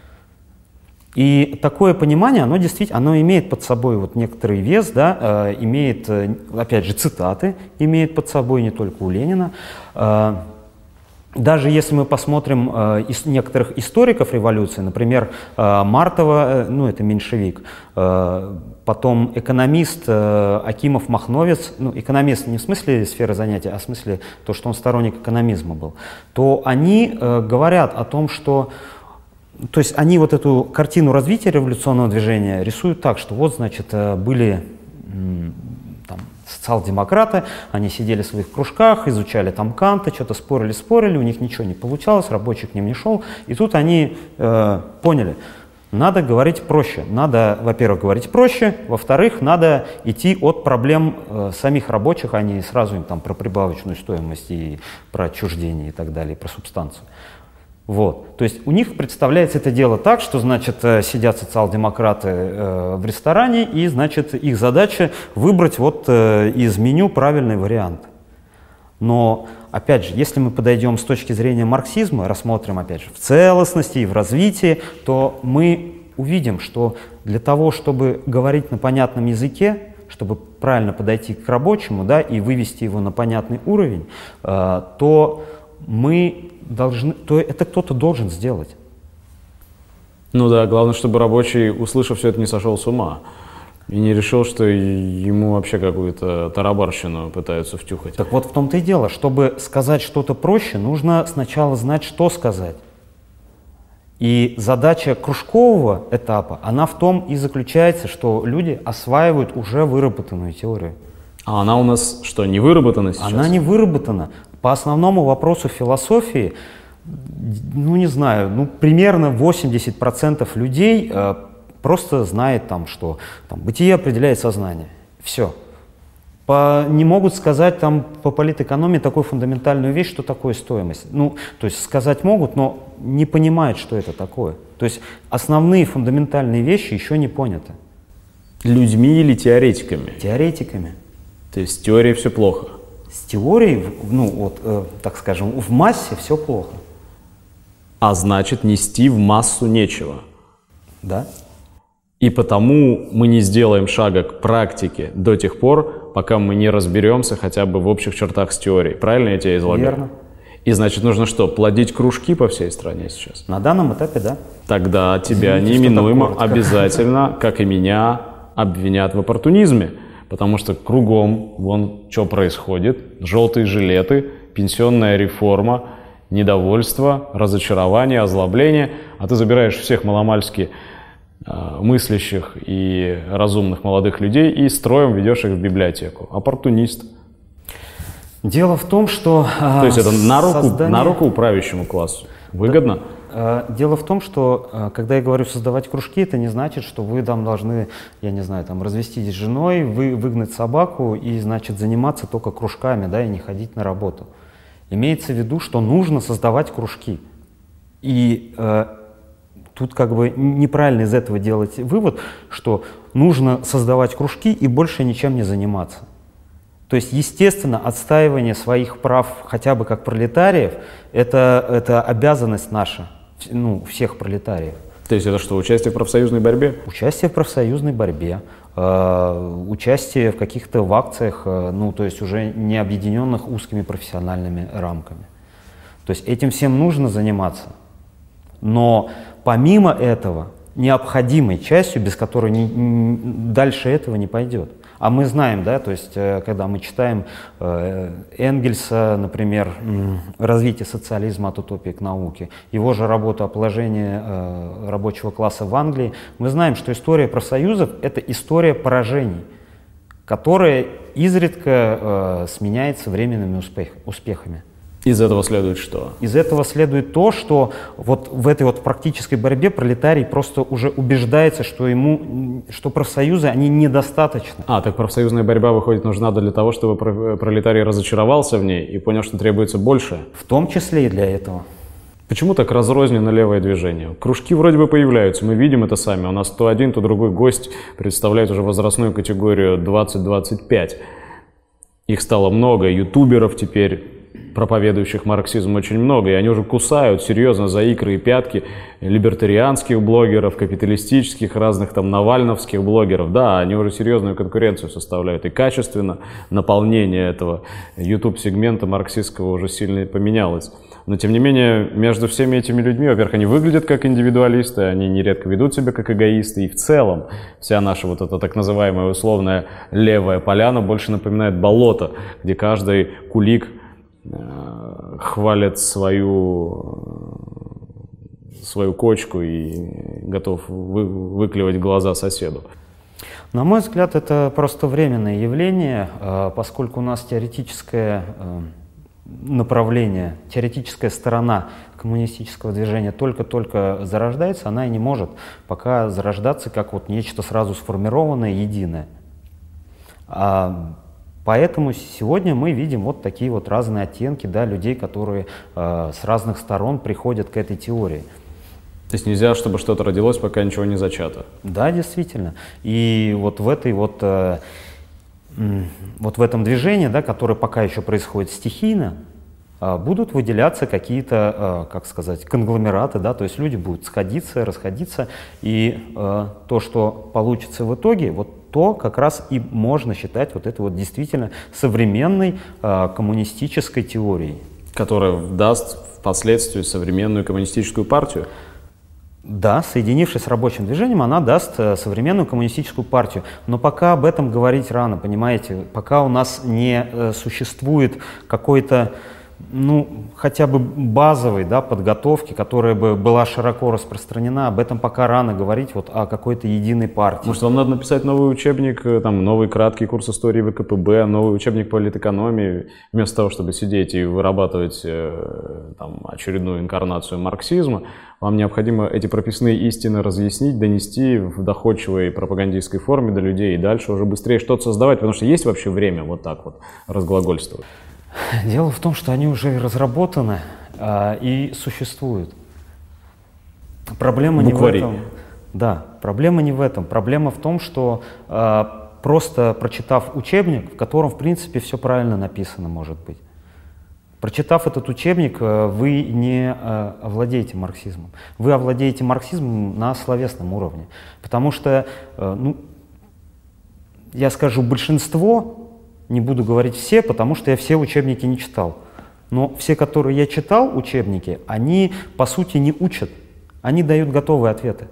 И такое понимание, оно действительно, оно имеет под собой вот некоторый вес, да, имеет, опять же, цитаты имеет под собой не только у Ленина. Даже если мы посмотрим из некоторых историков революции, например, Мартова, ну это меньшевик, потом экономист Акимов-Махновец, ну экономист не в смысле сферы занятия, а в смысле то, что он сторонник экономизма был, то они говорят о том, что, то есть они вот эту картину развития революционного движения рисуют так, что вот, значит, были там социал-демократы, они сидели в своих кружках, изучали там Канта, что-то спорили, у них ничего не получалось, рабочий к ним не шел. И тут они поняли, надо говорить проще. Надо, во-первых, говорить проще, во-вторых, надо идти от проблем самих рабочих, а не сразу им там про прибавочную стоимость и про отчуждение и так далее, про субстанцию. Вот. То есть у них представляется это дело так, что, значит, сидят социал-демократы в ресторане, и, значит, их задача выбрать вот из меню правильный вариант. Но, опять же, если мы подойдем с точки зрения марксизма, рассмотрим, опять же, в целостности и в развитии, то мы увидим, что для того, чтобы говорить на понятном языке, чтобы правильно подойти к рабочему, да, и вывести его на понятный уровень, то это кто-то должен сделать. Ну да, главное, чтобы рабочий, услышав все это, не сошел с ума и не решил, что ему вообще какую-то тарабарщину пытаются втюхать. Так вот в том-то и дело, чтобы сказать что-то проще, нужно сначала знать, что сказать. И задача кружкового этапа, она в том и заключается, что люди осваивают уже выработанную теорию. А она у нас что, не выработана сейчас? Она не выработана. По основному вопросу философии Ну, не знаю, ну, примерно 80% людей просто знает, там, что там, бытие определяет сознание. Все. Не могут сказать там, по политэкономии такую фундаментальную вещь, что такое стоимость. Ну, то есть сказать могут, но не понимают, что это такое. То есть основные фундаментальные вещи еще не поняты. Людьми или теоретиками? Теоретиками. То есть с теорией все плохо? С теорией, ну вот, так скажем, в массе все плохо. А значит, нести в массу нечего. Да. И потому мы не сделаем шага к практике до тех пор, пока мы не разберемся хотя бы в общих чертах с теорией. Правильно я тебя излагаю? Верно. И значит, нужно что, плодить кружки по всей стране сейчас? На данном этапе, да. Тогда тебя Извините, неминуемо обязательно, как и меня, обвинят в оппортунизме. Потому что кругом, вон, что происходит, желтые жилеты, пенсионная реформа, недовольство, разочарование, озлобление, а ты забираешь всех маломальски мыслящих и разумных молодых людей и строем ведешь их в библиотеку. Оппортунист. Дело в том, что... То есть это на руку правящему классу. Выгодно? Дело в том, что когда я говорю создавать кружки, это не значит, что вы там должны, я не знаю, там развестись с женой, выгнать собаку и, значит, заниматься только кружками, да, и не ходить на работу. Имеется в виду, что нужно создавать кружки. И тут как бы неправильно из этого делать вывод, что нужно создавать кружки и больше ничем не заниматься. То есть, естественно, отстаивание своих прав хотя бы как пролетариев – это обязанность наша, ну, всех пролетариев. То есть это что, участие в профсоюзной борьбе? Участие в профсоюзной борьбе, участие в каких-то в акциях, ну, то есть уже не объединенных узкими профессиональными рамками. То есть этим всем нужно заниматься. Но помимо этого, необходимой частью, без которой дальше этого не пойдет. А мы знаем, да, то есть когда мы читаем Энгельса, например, «Развитие социализма от утопии к науке», его же работу о положении рабочего класса в Англии, мы знаем, что история профсоюзов – это история поражений, которая изредка сменяется временными успехами. Из этого следует что? Из этого следует то, что вот в этой вот практической борьбе пролетарий просто уже убеждается, что профсоюзы, они недостаточны. Так профсоюзная борьба, выходит, нужна для того, чтобы пролетарий разочаровался в ней и понял, что требуется больше? В том числе и для этого. Почему так разрознено левое движение? Кружки вроде бы появляются, мы видим это сами. У нас то один, то другой гость представляет уже возрастную категорию 20-25. Их стало много, ютуберов теперь, проповедующих марксизм, очень много, и они уже кусают серьезно за икры и пятки либертарианских блогеров, капиталистических, разных там навальновских блогеров. Да, они уже серьезную конкуренцию составляют, и качественно наполнение этого YouTube-сегмента марксистского уже сильно поменялось. Но, тем не менее, между всеми этими людьми, во-первых, они выглядят как индивидуалисты, они нередко ведут себя как эгоисты, и в целом вся наша вот эта так называемая условная левая поляна больше напоминает болото, где каждый кулик хвалит свою кочку и готов выклевать глаза соседу. На мой взгляд, это просто временное явление, поскольку у нас теоретическое направление, теоретическая сторона коммунистического движения только-только зарождается, она и не может пока зарождаться как вот нечто сразу сформированное, единое. Поэтому сегодня мы видим вот такие вот разные оттенки, да, людей, которые с разных сторон приходят к этой теории. То есть нельзя, чтобы что-то родилось, пока ничего не зачато? Да, действительно. И вот в этой вот в этом движении, да, которое пока еще происходит стихийно, будут выделяться какие-то, как сказать, конгломераты, да, то есть люди будут сходиться, расходиться, и то, что получится в итоге, вот то как раз и можно считать вот это вот действительно современной коммунистической теорией. Которая даст впоследствии современную коммунистическую партию? Да, соединившись с рабочим движением, она даст современную коммунистическую партию. Но пока об этом говорить рано, понимаете, пока у нас не существует какой-то ну, хотя бы базовой, да, подготовки, которая бы была широко распространена. Об этом пока рано говорить, вот о какой-то единой партии. Может, вам надо написать новый учебник, там, новый краткий курс истории ВКПБ, новый учебник политэкономии, вместо того, чтобы сидеть и вырабатывать там, очередную инкарнацию марксизма. Вам необходимо эти прописные истины разъяснить, донести в доходчивой пропагандистской форме до людей и дальше уже быстрее что-то создавать, потому что есть вообще время вот так вот разглагольствовать. Дело в том, что они уже разработаны и существуют. Проблема не в этом. Да, проблема не в этом. Проблема в том, что просто прочитав учебник, в котором, в принципе, все правильно написано, может быть, прочитав этот учебник, вы не овладеете марксизмом. Вы овладеете марксизмом на словесном уровне. Потому что, ну, я скажу, большинство, не буду говорить все, потому что я все учебники не читал. Но все, которые я читал, учебники, они, по сути, не учат. Они дают готовые ответы.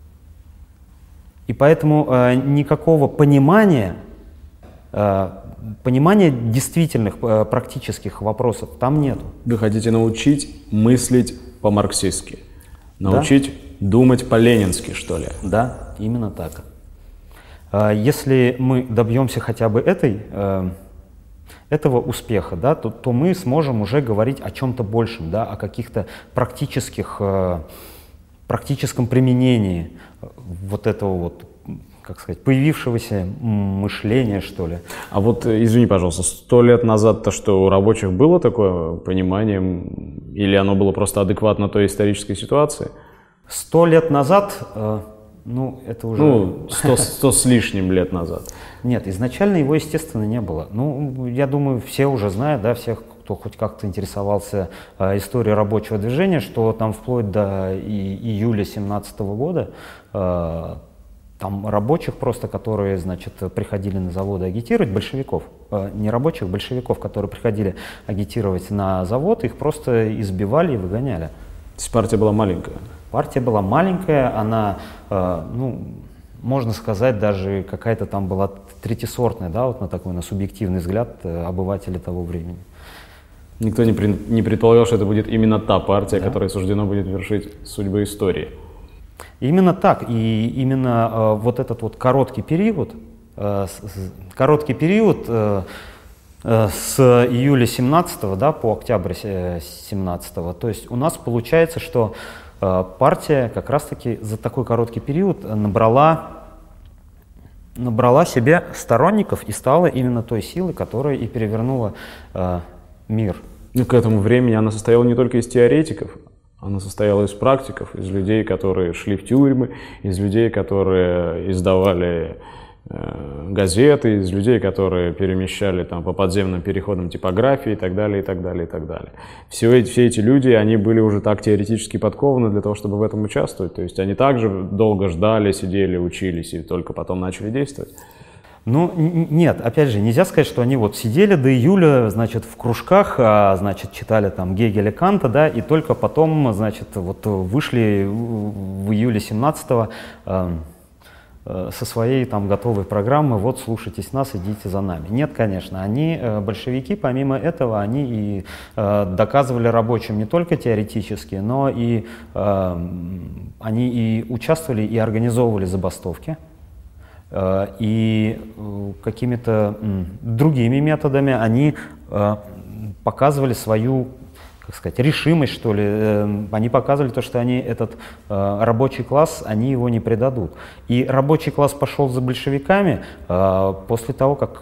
И поэтому никакого понимания действительных практических вопросов там нету. Вы хотите научить мыслить по-марксистски? Научить думать по-ленински, что ли? Да, именно так. Если мы добьемся хотя бы этого успеха, да, то мы сможем уже говорить о чем-то большем, да, о каких-то практическом применении вот этого вот, как сказать, появившегося мышления, что ли. А вот, извини, пожалуйста, 100 лет назад-то что, у рабочих было такое понимание, или оно было просто адекватно той исторической ситуации? 100 лет назад... Ну, это уже... Ну, 100 с лишним лет назад. Нет, изначально его, естественно, не было. Ну, я думаю, все уже знают, да, всех, кто хоть как-то интересовался историей рабочего движения, что там вплоть до июля 1917 года там рабочих просто, которые, значит, приходили на заводы агитировать, большевиков, не рабочих, большевиков, которые приходили агитировать на завод, их просто избивали и выгоняли. То есть партия была маленькая? Партия была маленькая, она, ну, можно сказать, даже какая-то там была третьесортная, да, вот на такой, на субъективный взгляд обывателей того времени. Никто не предполагал, что это будет именно та партия, да, которая суждено будет вершить судьбы истории. Именно так, и именно вот этот вот короткий период с июля 17 да, по октябрь 17, то есть у нас получается, что партия как раз-таки за такой короткий период набрала себе сторонников и стала именно той силой, которая и перевернула мир. Ну, к этому времени она состояла не только из теоретиков, она состояла из практиков, из людей, которые шли в тюрьмы, из людей, которые издавали газеты, из людей, которые перемещали там по подземным переходам типографии и так далее, и так далее, и так далее. Все эти люди, они были уже так теоретически подкованы для того, чтобы в этом участвовать. То есть они также долго ждали, сидели, учились и только потом начали действовать. Ну, нет, опять же, нельзя сказать, что они вот сидели до июля, значит, в кружках, значит, читали там Гегеля, Канта, да, и только потом, значит, вот вышли в июле 17-го со своей там готовой программы, вот слушайтесь нас, идите за нами. Нет, конечно, они, большевики, помимо этого, они и доказывали рабочим не только теоретически, но и они и участвовали и организовывали забастовки. И какими-то другими методами они показывали свою, как сказать, решимость, что ли. Они показывали то, что они этот рабочий класс, они его не предадут. И рабочий класс пошел за большевиками после того, как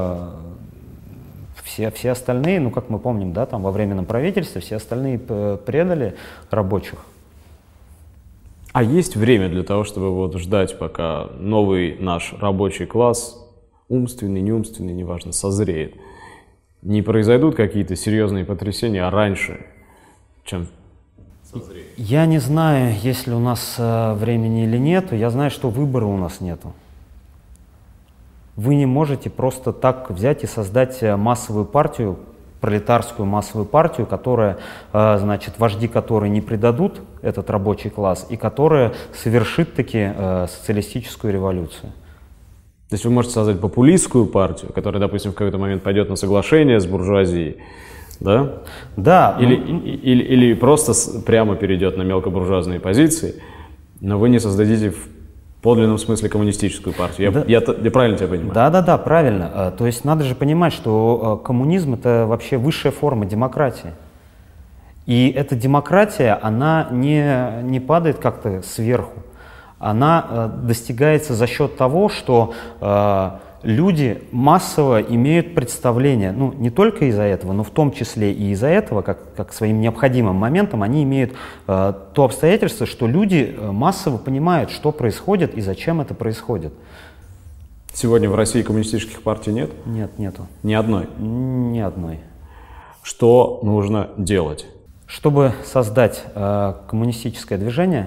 все остальные, ну, как мы помним, да, там во временном правительстве, все остальные предали рабочих. А есть время для того, чтобы вот ждать, пока новый наш рабочий класс, умственный, неумственный, неважно, созреет? Не произойдут какие-то серьезные потрясения раньше, чем созреет? Я не знаю, есть ли у нас времени или нет. Я знаю, что выбора у нас нету. Вы не можете просто так взять и создать массовую партию, пролетарскую массовую партию, которая, значит, вожди которой не предадут этот рабочий класс и которая совершит таки социалистическую революцию. То есть вы можете создать популистскую партию, которая, допустим, в какой-то момент пойдет на соглашение с буржуазией, Да? Да. Или просто прямо перейдет на мелкобуржуазные позиции, но вы не создадите в подлинном смысле коммунистическую партию. Да. Я правильно тебя понимаю? Да, правильно. То есть надо же понимать, что коммунизм — это вообще высшая форма демократии. И эта демократия, она не падает как-то сверху. Она достигается за счет того, что люди массово имеют представление, ну, не только из-за этого, но в том числе и из-за этого, как своим необходимым моментом, они имеют то обстоятельство, что люди массово понимают, что происходит и зачем это происходит. Сегодня в России коммунистических партий нет? Нет, нету. Ни одной? Ни одной. Что нужно делать? Чтобы создать коммунистическое движение,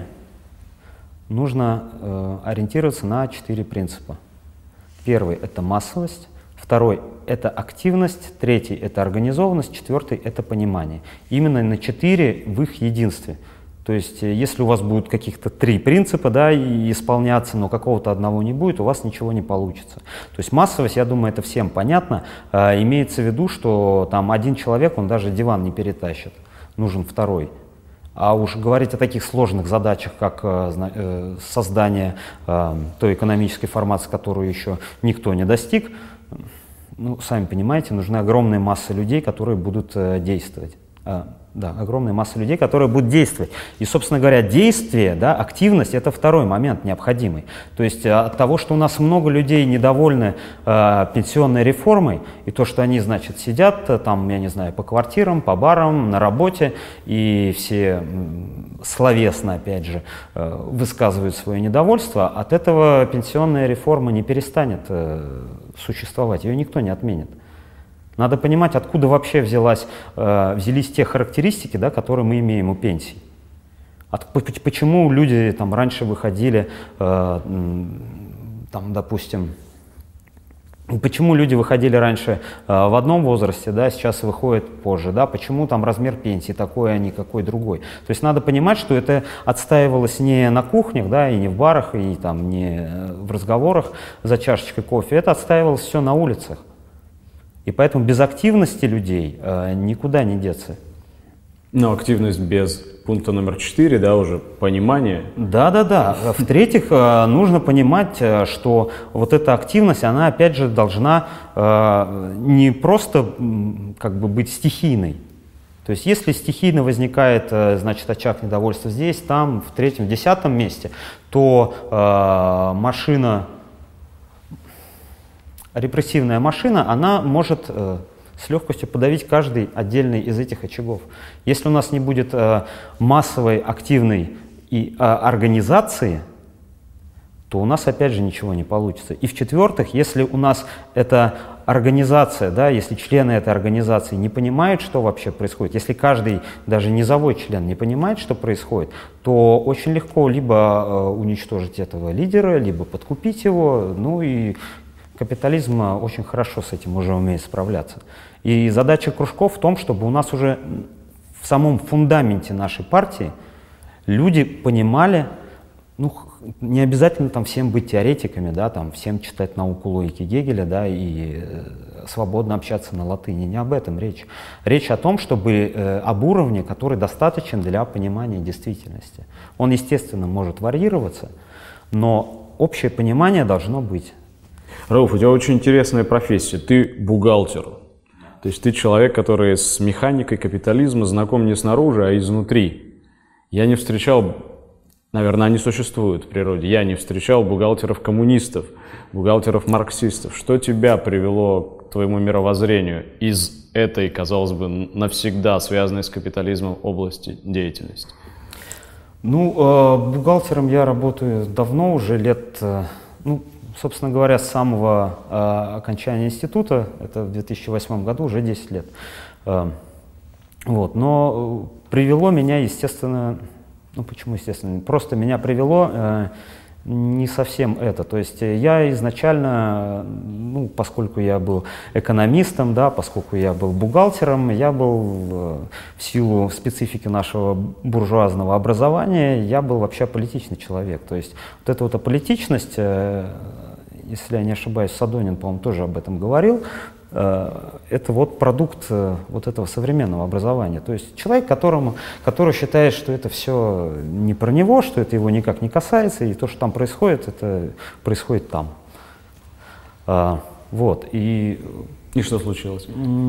нужно ориентироваться на 4 принципа. Первый — это массовость, второй — это активность, третий — это организованность, четвертый — это понимание. Именно на 4 в их единстве. То есть если у вас будут каких-то 3 принципа, да, и исполняться, но какого-то одного не будет, у вас ничего не получится. То есть массовость, я думаю, это всем понятно. Имеется в виду, что там один человек, он даже диван не перетащит, нужен второй. А уж говорить о таких сложных задачах, как создание той экономической формации, которую еще никто не достиг, ну, сами понимаете, нужны огромные массы людей, которые будут действовать. Да, огромная масса людей, которые будут действовать. И, собственно говоря, действие, да, активность — это второй момент необходимый. То есть от того, что у нас много людей недовольны пенсионной реформой, и то, что они, значит, сидят там, я не знаю, по квартирам, по барам, на работе, и все словесно, опять же, высказывают свое недовольство, от этого пенсионная реформа не перестанет существовать, ее никто не отменит. Надо понимать, откуда вообще взялись те характеристики, да, которые мы имеем у пенсий. Почему люди там раньше выходили, там, допустим, почему люди выходили раньше в одном возрасте, да, сейчас выходят позже, да, почему там размер пенсии такой, а не какой другой. То есть надо понимать, что это отстаивалось не на кухнях, да, и не в барах, и там не в разговорах за чашечкой кофе, это отстаивалось все на улицах. И поэтому без активности людей никуда не деться. Но активность без пункта номер 4, да, уже понимание. Да. В-третьих, нужно понимать, что вот эта активность, она опять же должна не просто как бы быть стихийной. То есть если стихийно возникает, значит, очаг недовольства здесь, там, в 3-м, в 10-м месте, то репрессивная машина, она может с легкостью подавить каждый отдельный из этих очагов. Если у нас не будет массовой, активной организации, то у нас опять же ничего не получится. И в-четвертых, если у нас эта организация, да, если члены этой организации не понимают, что вообще происходит, если каждый, даже низовой член, не понимает, что происходит, то очень легко либо уничтожить этого лидера, либо подкупить его, ну и капитализм очень хорошо с этим уже умеет справляться. И задача кружков в том, чтобы у нас уже в самом фундаменте нашей партии люди понимали, ну, не обязательно там всем быть теоретиками, да, там, всем читать науку логики Гегеля, да, и свободно общаться на латыни. Не об этом речь. Речь о том, чтобы об уровне, который достаточен для понимания действительности. Он, естественно, может варьироваться, но общее понимание должно быть. Рауф, у тебя очень интересная профессия. Ты бухгалтер. То есть ты человек, который с механикой капитализма знаком не снаружи, а изнутри. Я не встречал, наверное, они существуют в природе, я не встречал бухгалтеров-коммунистов, бухгалтеров-марксистов. Что тебя привело к твоему мировоззрению из этой, казалось бы, навсегда связанной с капитализмом области деятельности? Ну, бухгалтером я работаю давно, уже лет, собственно говоря, с самого окончания института, это в 2008 году, уже 10 лет. Вот. Но привело меня, естественно, почему естественно, просто меня привело не совсем это. То есть я изначально, поскольку я был экономистом, да, поскольку я был бухгалтером, я был в силу специфики нашего буржуазного образования, я был вообще аполитичный человек. То есть вот эта вот аполитичность, если я не ошибаюсь, Садонин, по-моему, тоже об этом говорил, это вот продукт вот этого современного образования. То есть человек, который считает, что это все не про него, что это его никак не касается, и то, что там происходит, это происходит там. Вот. И что случилось?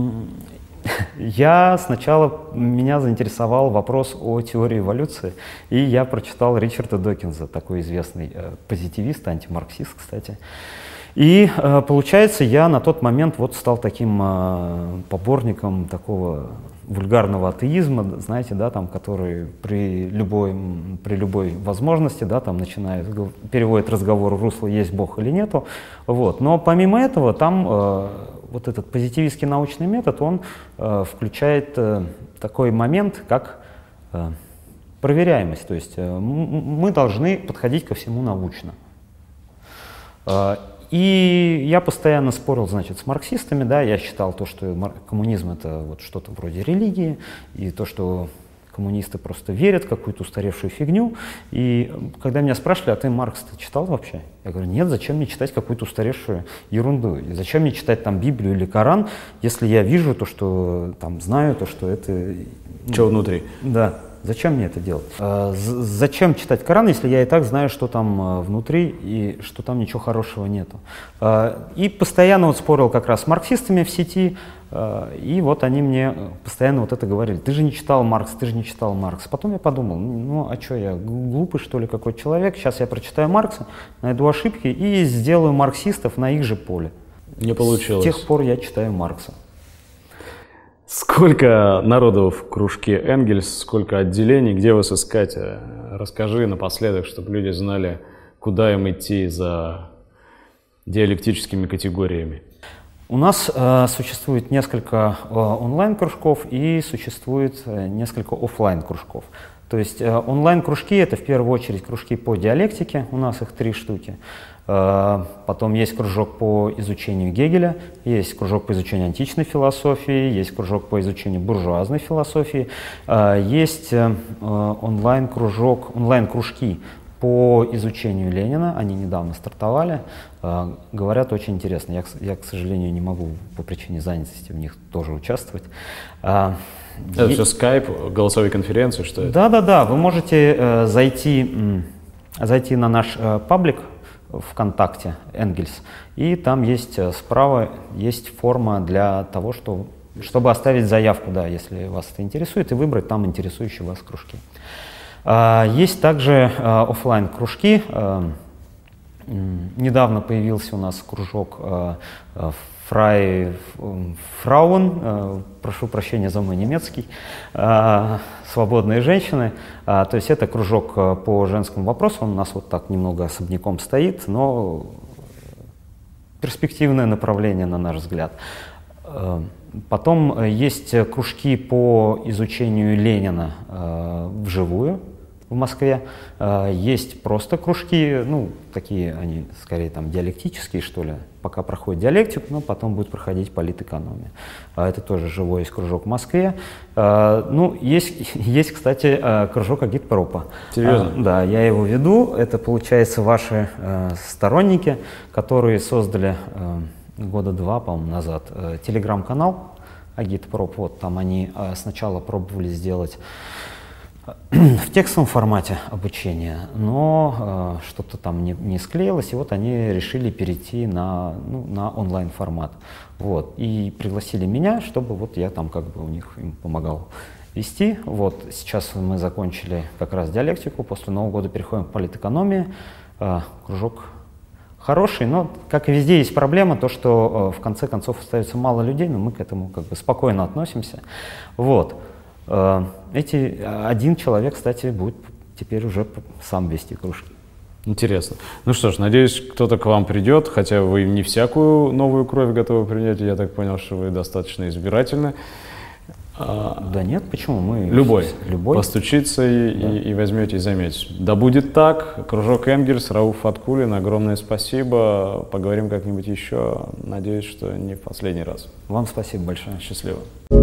Меня заинтересовал вопрос о теории эволюции, и я прочитал Ричарда Докинза, такой известный позитивист, антимарксист, кстати. И получается, я на тот момент вот стал таким поборником такого вульгарного атеизма, знаете, да, там, который при любой возможности, да, там переводит разговор в русло «есть Бог или нету». Вот. Но помимо этого, там вот этот позитивистский научный метод, он включает такой момент, как проверяемость. То есть мы должны подходить ко всему научно. И я постоянно спорил, значит, с марксистами, да, я считал то, что коммунизм — это вот что-то вроде религии, и то, что коммунисты просто верят в какую-то устаревшую фигню. И когда меня спрашивали, а ты Маркс-то читал вообще? Я говорю, нет, зачем мне читать какую-то устаревшую ерунду? И зачем мне читать там Библию или Коран, если я вижу то, что там знаю, то, что это... Что внутри? Да. Зачем мне это делать? Зачем читать Коран, если я и так знаю, что там внутри и что там ничего хорошего нету? И постоянно вот спорил как раз с марксистами в сети, и вот они мне постоянно вот это говорили. Ты же не читал Маркс, ты же не читал Маркс. Потом я подумал, ну а что я, глупый что ли какой человек? Сейчас я прочитаю Маркса, найду ошибки и сделаю марксистов на их же поле. Не получилось. С тех пор я читаю Маркса. Сколько народу в кружке Энгельс, сколько отделений, где вас искать? Расскажи напоследок, чтобы люди знали, куда им идти за диалектическими категориями. У нас существует несколько онлайн-кружков и существует несколько офлайн-кружков. То есть онлайн-кружки — это в первую очередь кружки по диалектике, у нас их 3 штуки. Потом есть кружок по изучению Гегеля, есть кружок по изучению античной философии, есть кружок по изучению буржуазной философии, есть онлайн-кружки по изучению Ленина, они недавно стартовали, говорят, очень интересно. Я, к сожалению, не могу по причине занятости в них тоже участвовать. Это все скайп, голосовые конференции, что это? Да, вы можете зайти на наш паблик ВКонтакте Энгельс, и там есть справа есть форма для того, чтобы оставить заявку, да, если вас это интересует, и выбрать там интересующие вас кружки. Есть также офлайн кружки. Недавно появился у нас кружок Фрауен, прошу прощения за мой немецкий, свободные женщины. То есть это кружок по женскому вопросу, он у нас вот так немного особняком стоит, но перспективное направление, на наш взгляд. Потом есть кружки по изучению Ленина вживую в Москве. Есть просто кружки, ну, такие они скорее там диалектические, что ли, пока проходит диалектику, но потом будет проходить политэкономия. Это тоже живой есть кружок в Москве. Ну, есть, кстати, кружок агитпропа. Серьезно? Да, я его веду. Это, получается, ваши сторонники, которые создали года 2, по-моему, назад телеграм-канал Агитпроп. Вот там они сначала пробовали сделать в текстовом формате обучения, но что-то там не склеилось, и вот они решили перейти на онлайн-формат. Вот. И пригласили меня, чтобы вот я там как бы у них им помогал вести. Вот. Сейчас мы закончили как раз диалектику, после Нового года переходим к политэкономии. Кружок хороший, но, как и везде, есть проблема, то, что в конце концов остается мало людей, но мы к этому как бы спокойно относимся. Вот. Один человек, кстати, будет теперь уже сам вести кружки. Интересно. Ну что ж, надеюсь, кто-то к вам придет, хотя вы не всякую новую кровь готовы принять, я так понял, что вы достаточно избирательны. Да нет, почему? Мы любой. Постучится и возьмете, и заметите. Да будет так. Кружок Энгельс, Рауф Фаткуллин, огромное спасибо. Поговорим как-нибудь еще. Надеюсь, что не в последний раз. Вам спасибо большое. Счастливо.